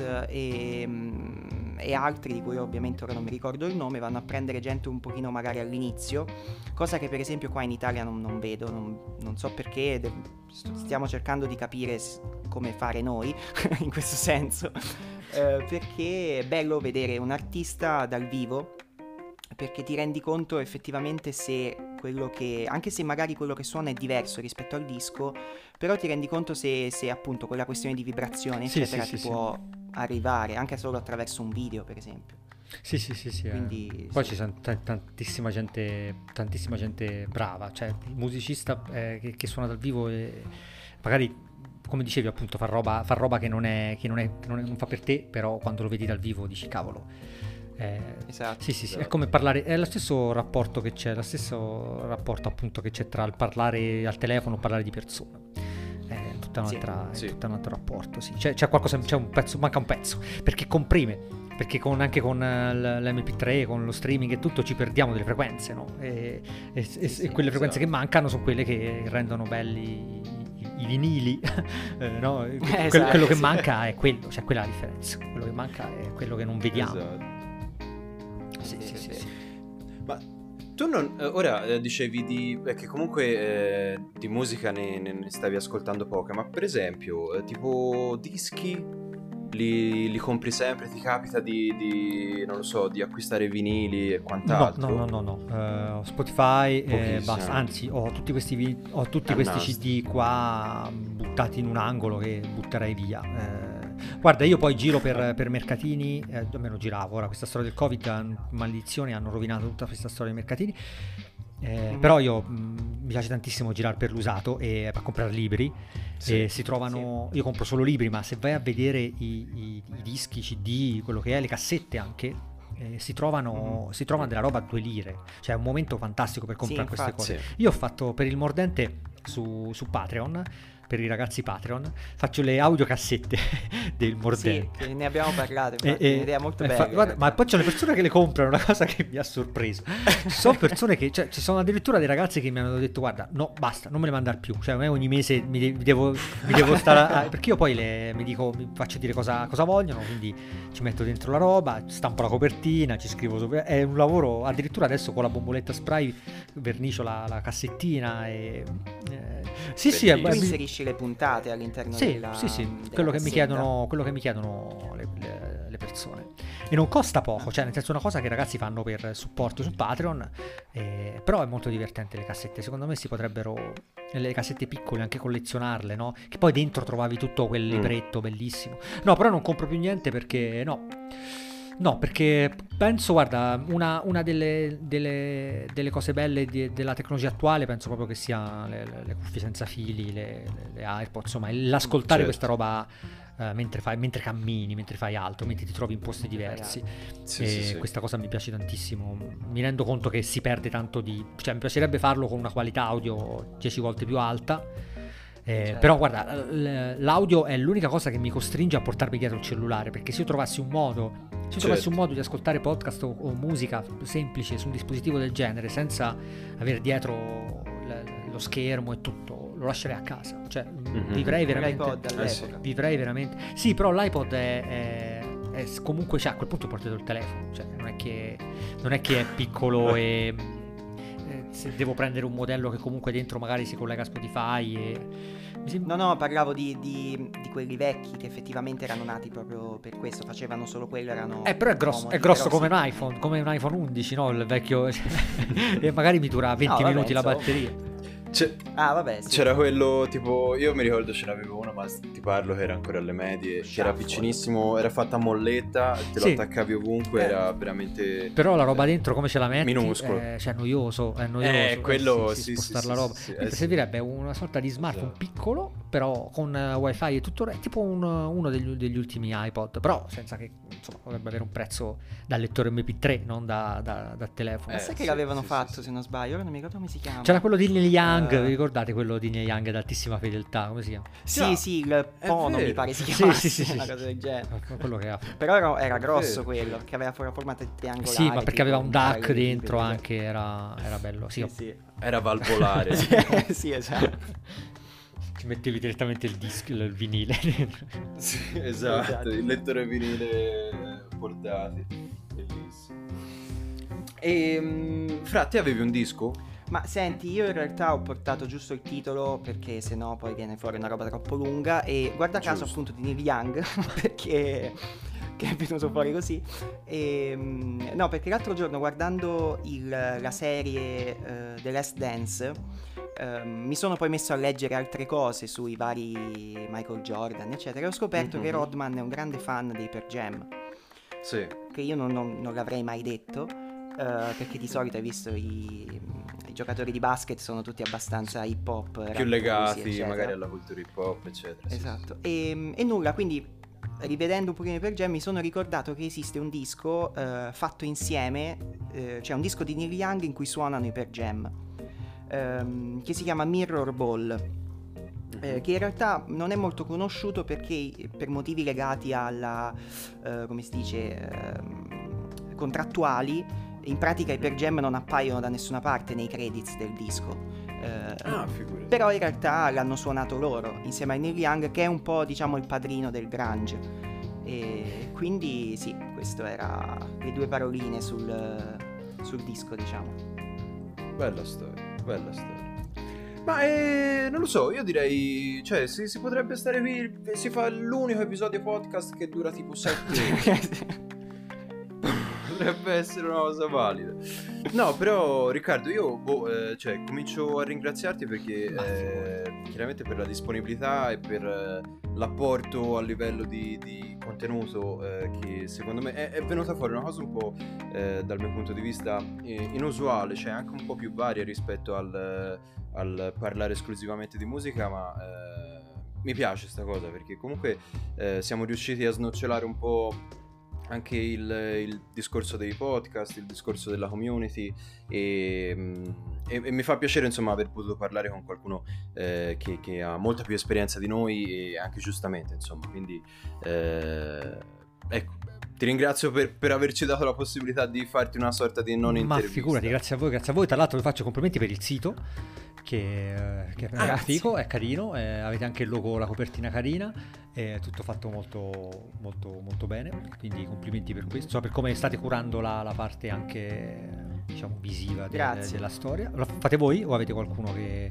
e altri di cui ovviamente ora non mi ricordo il nome, vanno a prendere gente un pochino magari all'inizio, cosa che per esempio qua in Italia non vedo, non so perché, stiamo cercando di capire come fare noi in questo senso, perché è bello vedere un artista dal vivo, perché ti rendi conto effettivamente se quello che, anche se magari quello che suona è diverso rispetto al disco, però ti rendi conto se appunto quella questione di vibrazione eccetera ti può arrivare anche solo attraverso un video, per esempio. Sì. Quindi, poi ci sono tantissima gente brava, cioè il musicista che suona dal vivo e magari, come dicevi appunto, fa roba che non fa per te, però quando lo vedi dal vivo dici cavolo. Esatto. Sì, è come parlare, è lo stesso rapporto appunto che c'è tra il parlare al telefono e parlare di persona. È tutto un altro rapporto, sì. C'è qualcosa, c'è un pezzo, manca un pezzo, perché comprime, perché anche con l'MP3, con lo streaming e tutto ci perdiamo delle frequenze, no? E quelle frequenze che mancano sono quelle che rendono belli i vinili, no? Quello che manca è quello, cioè quella è la differenza. Quello che manca è quello che non vediamo. Esatto. Sì. Ma tu non, ora dicevi che comunque di musica ne stavi ascoltando poca, ma per esempio tipo dischi li compri sempre? Ti capita di non lo so, di acquistare vinili e quant'altro? No. Spotify basta. Anzi, ho tutti questi CD qua buttati in un angolo che butterei via. Guarda, io poi giro per mercatini, almeno giravo, ora questa storia del Covid, maledizione, hanno rovinato tutta questa storia dei mercatini, però mi piace tantissimo girare per l'usato e a comprare libri, e si trovano, io compro solo libri, ma se vai a vedere i dischi, CD, quello che è, le cassette anche, si trovano della roba a 2 lire, cioè è un momento fantastico per comprare queste cose. Io ho fatto per il Mordente su Patreon, per i ragazzi Patreon, faccio le audiocassette del Mordente. Sì, ne abbiamo parlato, è un'idea molto bella. Guarda, ma poi c'è le persone che le comprano, una cosa che mi ha sorpreso. Ci sono persone che, cioè, ci sono addirittura dei ragazzi che mi hanno detto guarda, no, basta, non me le mandare più, cioè a me ogni mese mi devo stare perché io poi mi faccio dire cosa vogliono, quindi ci metto dentro la roba, stampo la copertina, ci scrivo sopra, è un lavoro, addirittura adesso con la bomboletta spray vernicio la cassettina e sì, tu inserisci le puntate all'interno della quello che mi chiedono le persone, e non costa poco, cioè nel senso è una cosa che i ragazzi fanno per supporto su Patreon, però è molto divertente. Le cassette, secondo me si potrebbero, le cassette piccole, anche collezionarle, no? Che poi dentro trovavi tutto quel libretto bellissimo. No, però non compro più niente perché no, perché penso, guarda, una delle cose belle della tecnologia attuale penso proprio che sia le cuffie senza fili, le AirPods, insomma, l'ascoltare questa roba mentre cammini, mentre fai altro, mentre ti trovi in posti diversi. Questa cosa mi piace tantissimo. Mi rendo conto che si perde tanto cioè mi piacerebbe farlo con una qualità audio 10 volte più alta. Però guarda, l'audio è l'unica cosa che mi costringe a portarmi dietro il cellulare, perché se io trovassi un modo di ascoltare podcast o musica semplice su un dispositivo del genere senza avere dietro lo schermo e tutto, lo lascerei a casa, cioè vivrei veramente. Sì, però l'iPod è comunque, cioè, a quel punto porto dietro il telefono, cioè non è che è piccolo e se devo prendere un modello che comunque dentro magari si collega a Spotify No, parlavo di quelli vecchi che effettivamente erano nati proprio per questo, facevano solo quello, erano però è grosso come un iPhone, come un iPhone 11, no? Il vecchio e magari mi dura 20 minuti la batteria. Vabbè, sì. C'era quello tipo, io mi ricordo ce l'avevo uno, ma ti parlo che era ancora alle medie, che era piccinissimo, era fatta a molletta, te lo attaccavi ovunque, era veramente, però la roba dentro come ce la metti? Minuscolo. Cioè è noioso quello spostare la roba. Servirebbe una sorta di smartphone piccolo, però con wifi e tutto, tipo uno degli ultimi iPod, però senza che, insomma, potrebbe avere un prezzo da lettore MP3, non da telefono. Ma sai che l'avevano fatto, se non sbaglio, ora non mi ricordo come si chiama. C'era quello di Neil Young Young, vi ricordate quello di Neil Young ad altissima fedeltà, come si chiama? Sì, il Pono mi pare si Sì, chiamasse, sì, una cosa del genere. quello che ha. Però era grosso quello, che aveva forma triangolare. Sì, ma perché aveva un duck dentro cioè. anche, era bello. Sì, Era valvolare. Sì, esatto. Ci mettevi direttamente il vinile. Sì, esatto, il lettore vinile portati. Bellissimo. E Fra, te avevi un disco? Ma senti, io in realtà ho portato giusto il titolo perché sennò poi viene fuori una roba troppo lunga, e guarda caso Giusto. appunto di Neil Young perché che è venuto fuori così. No, perché l'altro giorno guardando la serie The Last Dance mi sono poi messo a leggere altre cose sui vari Michael Jordan eccetera, e ho scoperto che Rodman è un grande fan dei Pearl Jam, Sì. che io non l'avrei mai detto, perché di solito hai visto i giocatori di basket sono tutti abbastanza hip hop, Più rapposi, legati eccetera. magari alla cultura hip hop, eccetera. sì, Esatto. E nulla, quindi rivedendo un pochino i Pearl Jam mi sono ricordato che esiste un disco fatto insieme, cioè un disco di Neil Young in cui suonano i Pearl Jam, che si chiama Mirror Ball. Che in realtà non è molto conosciuto perché per motivi legati alla come si dice contrattuali, in pratica i Pearl Jam non appaiono da nessuna parte nei credits del disco, figurati. però in realtà l'hanno suonato loro insieme a Neil Young, che è un po' diciamo il padrino del grunge, e quindi sì, questo era le due paroline sul disco, diciamo. Bella storia. Ma non lo so, io direi, cioè, si potrebbe stare qui, si fa l'unico episodio podcast che dura tipo 7 ore. Potrebbe essere una cosa valida. No, però Riccardo, io cioè, comincio a ringraziarti perché chiaramente per la disponibilità e per l'apporto a livello di contenuto, che secondo me è venuta fuori una cosa un po' dal mio punto di vista inusuale, cioè anche un po' più varia rispetto al parlare esclusivamente di musica, ma mi piace sta cosa perché comunque siamo riusciti a snocciolare un po' anche il discorso dei podcast, il discorso della community, e mi fa piacere insomma aver potuto parlare con qualcuno che ha molta più esperienza di noi, e anche giustamente insomma, quindi ecco, ti ringrazio per averci dato la possibilità di farti una sorta di non intervista. Ma figurati, grazie a voi. Tra l'altro vi faccio complimenti per il sito, che è figo, è carino, avete anche il logo, la copertina carina, è tutto fatto molto molto molto bene, quindi complimenti per questo, per come state curando la parte anche diciamo visiva della storia. Lo fate voi o avete qualcuno che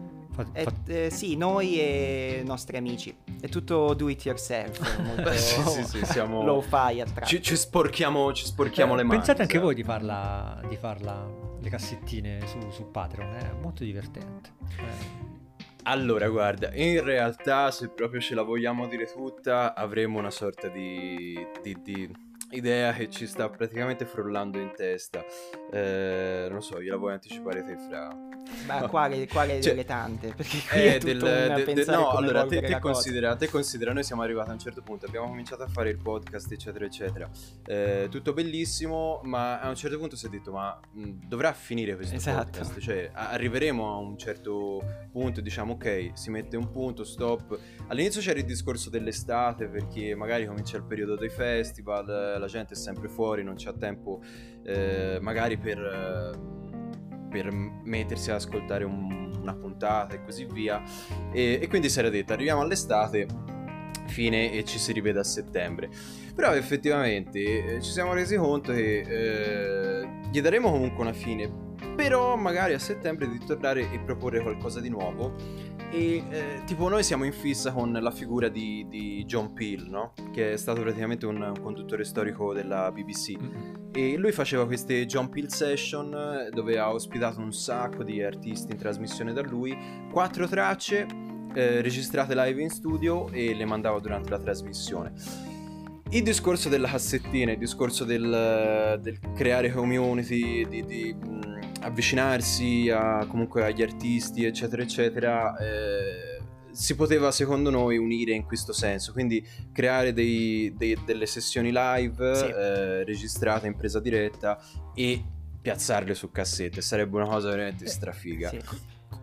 sì, noi e i nostri amici, è tutto do it yourself, molto sì, siamo low-fi a tratti. ci sporchiamo le mani. Pensate anche voi di farla le cassettine su Patreon, è molto divertente. Allora, guarda, in realtà se proprio ce la vogliamo dire tutta, avremo una sorta di idea che ci sta praticamente frullando in testa. Non so, gliela vuoi anticipare te, Fra? Ma quale Cioè, delle tante? Perché qui è tutto un pensare no, come allora evolvere te la cosa. considera, noi siamo arrivati a un certo punto, abbiamo cominciato a fare il podcast eccetera eccetera, tutto bellissimo, ma a un certo punto si è detto ma dovrà finire questo podcast, cioè arriveremo a un certo punto, diciamo ok, si mette un punto, stop. All'inizio c'era il discorso dell'estate perché magari comincia il periodo dei festival, la gente è sempre fuori, non c'ha tempo magari per mettersi ad ascoltare una puntata e così via, e quindi si era detto arriviamo all'estate, fine, e ci si rivede a settembre. Però effettivamente ci siamo resi conto che gli daremo comunque una fine, però magari a settembre di tornare e proporre qualcosa di nuovo. E tipo noi siamo in fissa con la figura di John Peel, no? Che è stato praticamente un conduttore storico della BBC, e lui faceva queste John Peel Session dove ha ospitato un sacco di artisti in trasmissione da lui, 4 tracce registrate live in studio, e le mandava durante la trasmissione. Il discorso della cassettina, il discorso del creare community, di avvicinarsi comunque agli artisti eccetera eccetera, si poteva secondo noi unire in questo senso, quindi creare delle sessioni live, sì, registrate in presa diretta e piazzarle su cassette, sarebbe una cosa veramente strafiga. Sì.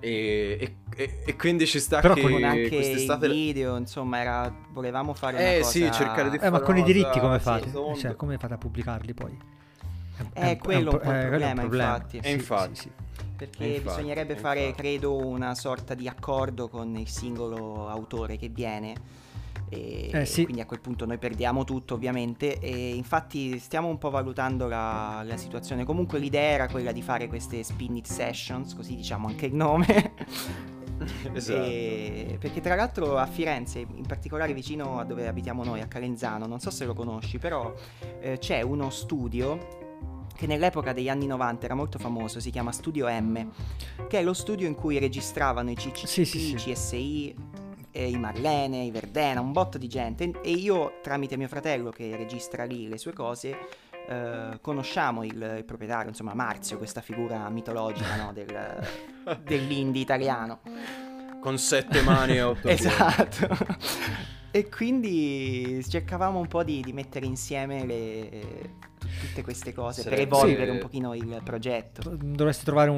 E quindi ci sta Però che con anche quest'estate il video, insomma, volevamo fare una cosa... sì, cercare di fare ma con i una diritti cosa come sì, fate? tonda. Cioè, come fate a pubblicarli poi? È quello un po' il quello è un problema, infatti. E infatti. Sì. Perché Infatti, bisognerebbe fare, credo, una sorta di accordo con il singolo autore che viene. E Sì. quindi a quel punto noi perdiamo tutto, ovviamente. E infatti stiamo un po' valutando la situazione. Comunque l'idea era quella di fare queste Spin It Sessions, così diciamo anche il nome. Esatto. Perché tra l'altro a Firenze, in particolare vicino a dove abitiamo noi, a Calenzano, non so se lo conosci, però c'è uno studio che nell'epoca degli anni 90 era molto famoso, si chiama Studio M, che è lo studio in cui registravano i CCCP, Sì. i CSI, i Marlene, i Verdena, un botto di gente. E io, tramite mio fratello che registra lì le sue cose, conosciamo il proprietario, insomma Marzio, questa figura mitologica, no, dell'indie italiano. Con 7 mani e 8 piedi. Esatto. E quindi cercavamo un po' di mettere insieme tutte queste cose per evolvere un pochino il progetto. Dovreste trovare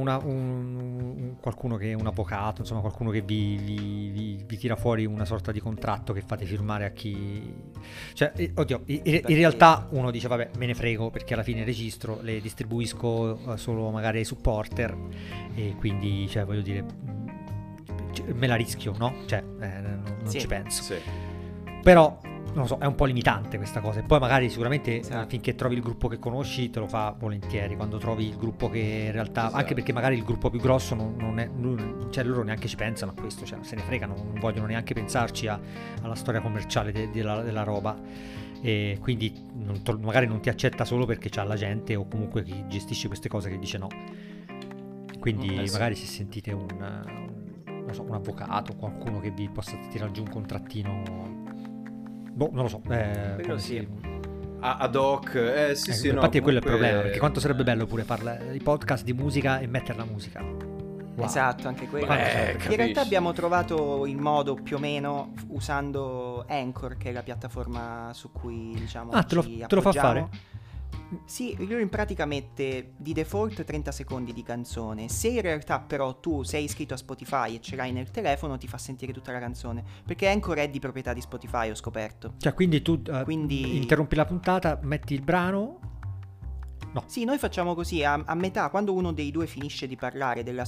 qualcuno che è un avvocato, insomma qualcuno che vi tira fuori una sorta di contratto che fate firmare a chi... Cioè, oddio, in realtà uno dice vabbè, me ne frego perché alla fine registro, le distribuisco solo magari ai supporter e quindi, cioè, voglio dire, me la rischio, no? Cioè, non ci penso. Sì. Però non lo so, è un po' limitante questa cosa. E poi magari sicuramente Esatto. finché trovi il gruppo che conosci te lo fa volentieri. Quando trovi il gruppo che in realtà, Esatto. anche perché magari il gruppo più grosso non è, cioè loro neanche ci pensano a questo, cioè se ne fregano, non vogliono neanche pensarci alla storia commerciale della roba. E quindi magari non ti accetta solo perché c'ha la gente o comunque chi gestisce queste cose che dice no. Quindi sì. magari se sentite non so, un avvocato, qualcuno che vi possa tirare giù un contrattino, boh, non lo so, come sì. ad hoc, sì, infatti no, quello è il comunque... problema, perché quanto sarebbe bello pure fare i podcast di musica e mettere la musica. Wow. Esatto, anche quello. capisci. In realtà abbiamo trovato il modo più o meno usando Anchor, che è la piattaforma su cui diciamo te lo fa fare? Sì, lui in pratica mette di default 30 secondi di canzone. Se in realtà però tu sei iscritto a Spotify e ce l'hai nel telefono, ti fa sentire tutta la canzone. Perché Anchor è di proprietà di Spotify, ho scoperto. Cioè quindi tu Quindi... interrompi la puntata, metti il brano. No. Sì, noi facciamo così, a metà, quando uno dei due finisce di parlare del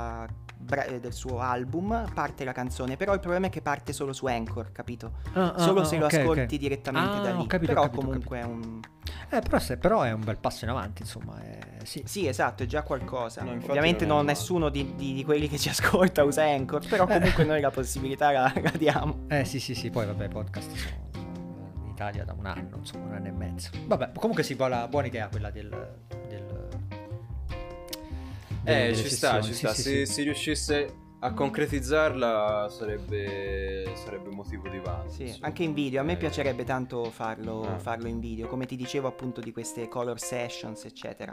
suo album, parte la canzone. Però il problema è che parte solo su Anchor, capito? Solo se lo ascolti direttamente da lì. Ho capito, però capito, comunque è un... però è un bel passo in avanti, insomma. Sì. Sì, esatto, è già qualcosa. No, infatti Ovviamente non è non male. nessuno di quelli che ci ascolta usa Anchor, però comunque noi la possibilità la diamo. Sì, poi vabbè, podcast sono in Italia da un anno, insomma, un anno e mezzo. Vabbè, comunque sì, buona idea quella delle ci sta. sessioni. Se si riuscisse a concretizzarla sarebbe motivo di vanto. Sì, insomma. anche in video. A me piacerebbe tanto farlo Ah. in video, come ti dicevo appunto di queste color sessions, eccetera.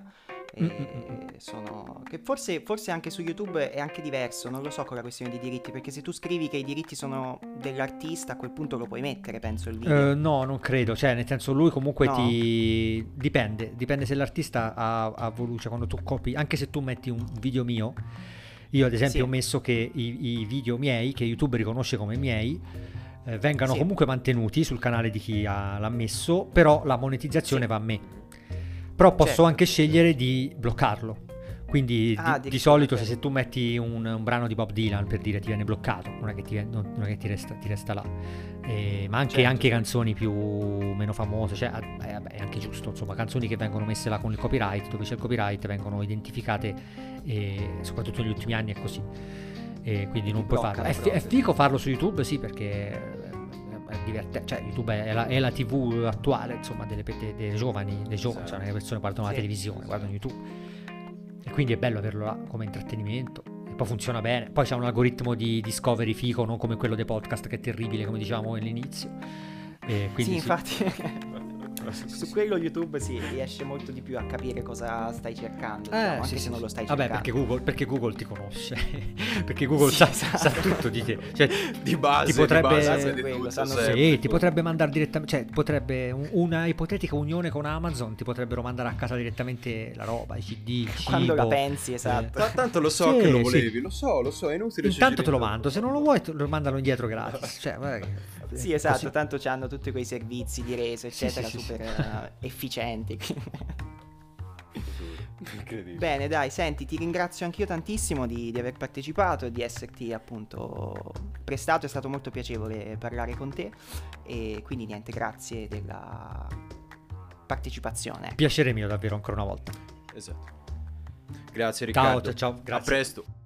Che forse anche su YouTube è anche diverso, non lo so con la questione dei diritti, perché se tu scrivi che i diritti sono dell'artista, a quel punto lo puoi mettere, penso, il video. No, non credo, cioè nel senso lui comunque No. dipende se l'artista ha voluto, cioè quando tu copi, anche se tu metti un video mio, io ad esempio Sì. ho messo che i video miei, che YouTube riconosce come miei, vengano Sì. comunque mantenuti sul canale di chi l'ha messo, però la monetizzazione Sì. va a me. Però posso Certo. anche scegliere di bloccarlo. Quindi di solito certo. se tu metti un brano di Bob Dylan, per dire, ti viene bloccato, non è che ti resta là. Ma anche Certo. canzoni meno famose, cioè è anche giusto, insomma, canzoni che vengono messe là con il copyright, dove c'è il copyright, vengono identificate, soprattutto negli ultimi anni è così. Quindi non puoi farlo. È figo farlo su YouTube, sì, perché è divertente, cioè YouTube è la TV attuale, insomma, dei giovani, Esatto. cioè le persone guardano la televisione, guardano YouTube. E quindi è bello averlo là come intrattenimento. E poi funziona bene. Poi c'è un algoritmo di discovery figo, non come quello dei podcast che è terribile, come dicevamo all'inizio. E quindi Sì, infatti. Su quello YouTube si riesce molto di più a capire cosa stai cercando, diciamo, anche se non lo stai cercando. Perché Google ti conosce. Perché Google sa tutto di te. Cioè, di base, ti potrebbe, ti potrebbe mandare direttamente, cioè potrebbe una ipotetica unione con Amazon, ti potrebbero mandare a casa direttamente la roba, i CD, il cibo. Quando la pensi, esatto. Tanto lo so che lo volevi, lo so, è inutile. Intanto te lo mando, se non lo vuoi lo mandano indietro gratis. Cioè, sì, esatto, tanto c'hanno tutti quei servizi di reso, eccetera, super efficienti. Bene, dai, senti, ti ringrazio anch'io tantissimo di aver partecipato e di esserti appunto prestato, è stato molto piacevole parlare con te e quindi niente, grazie della partecipazione. Piacere mio davvero ancora una volta. Esatto. Grazie Riccardo. Ciao, grazie. A presto.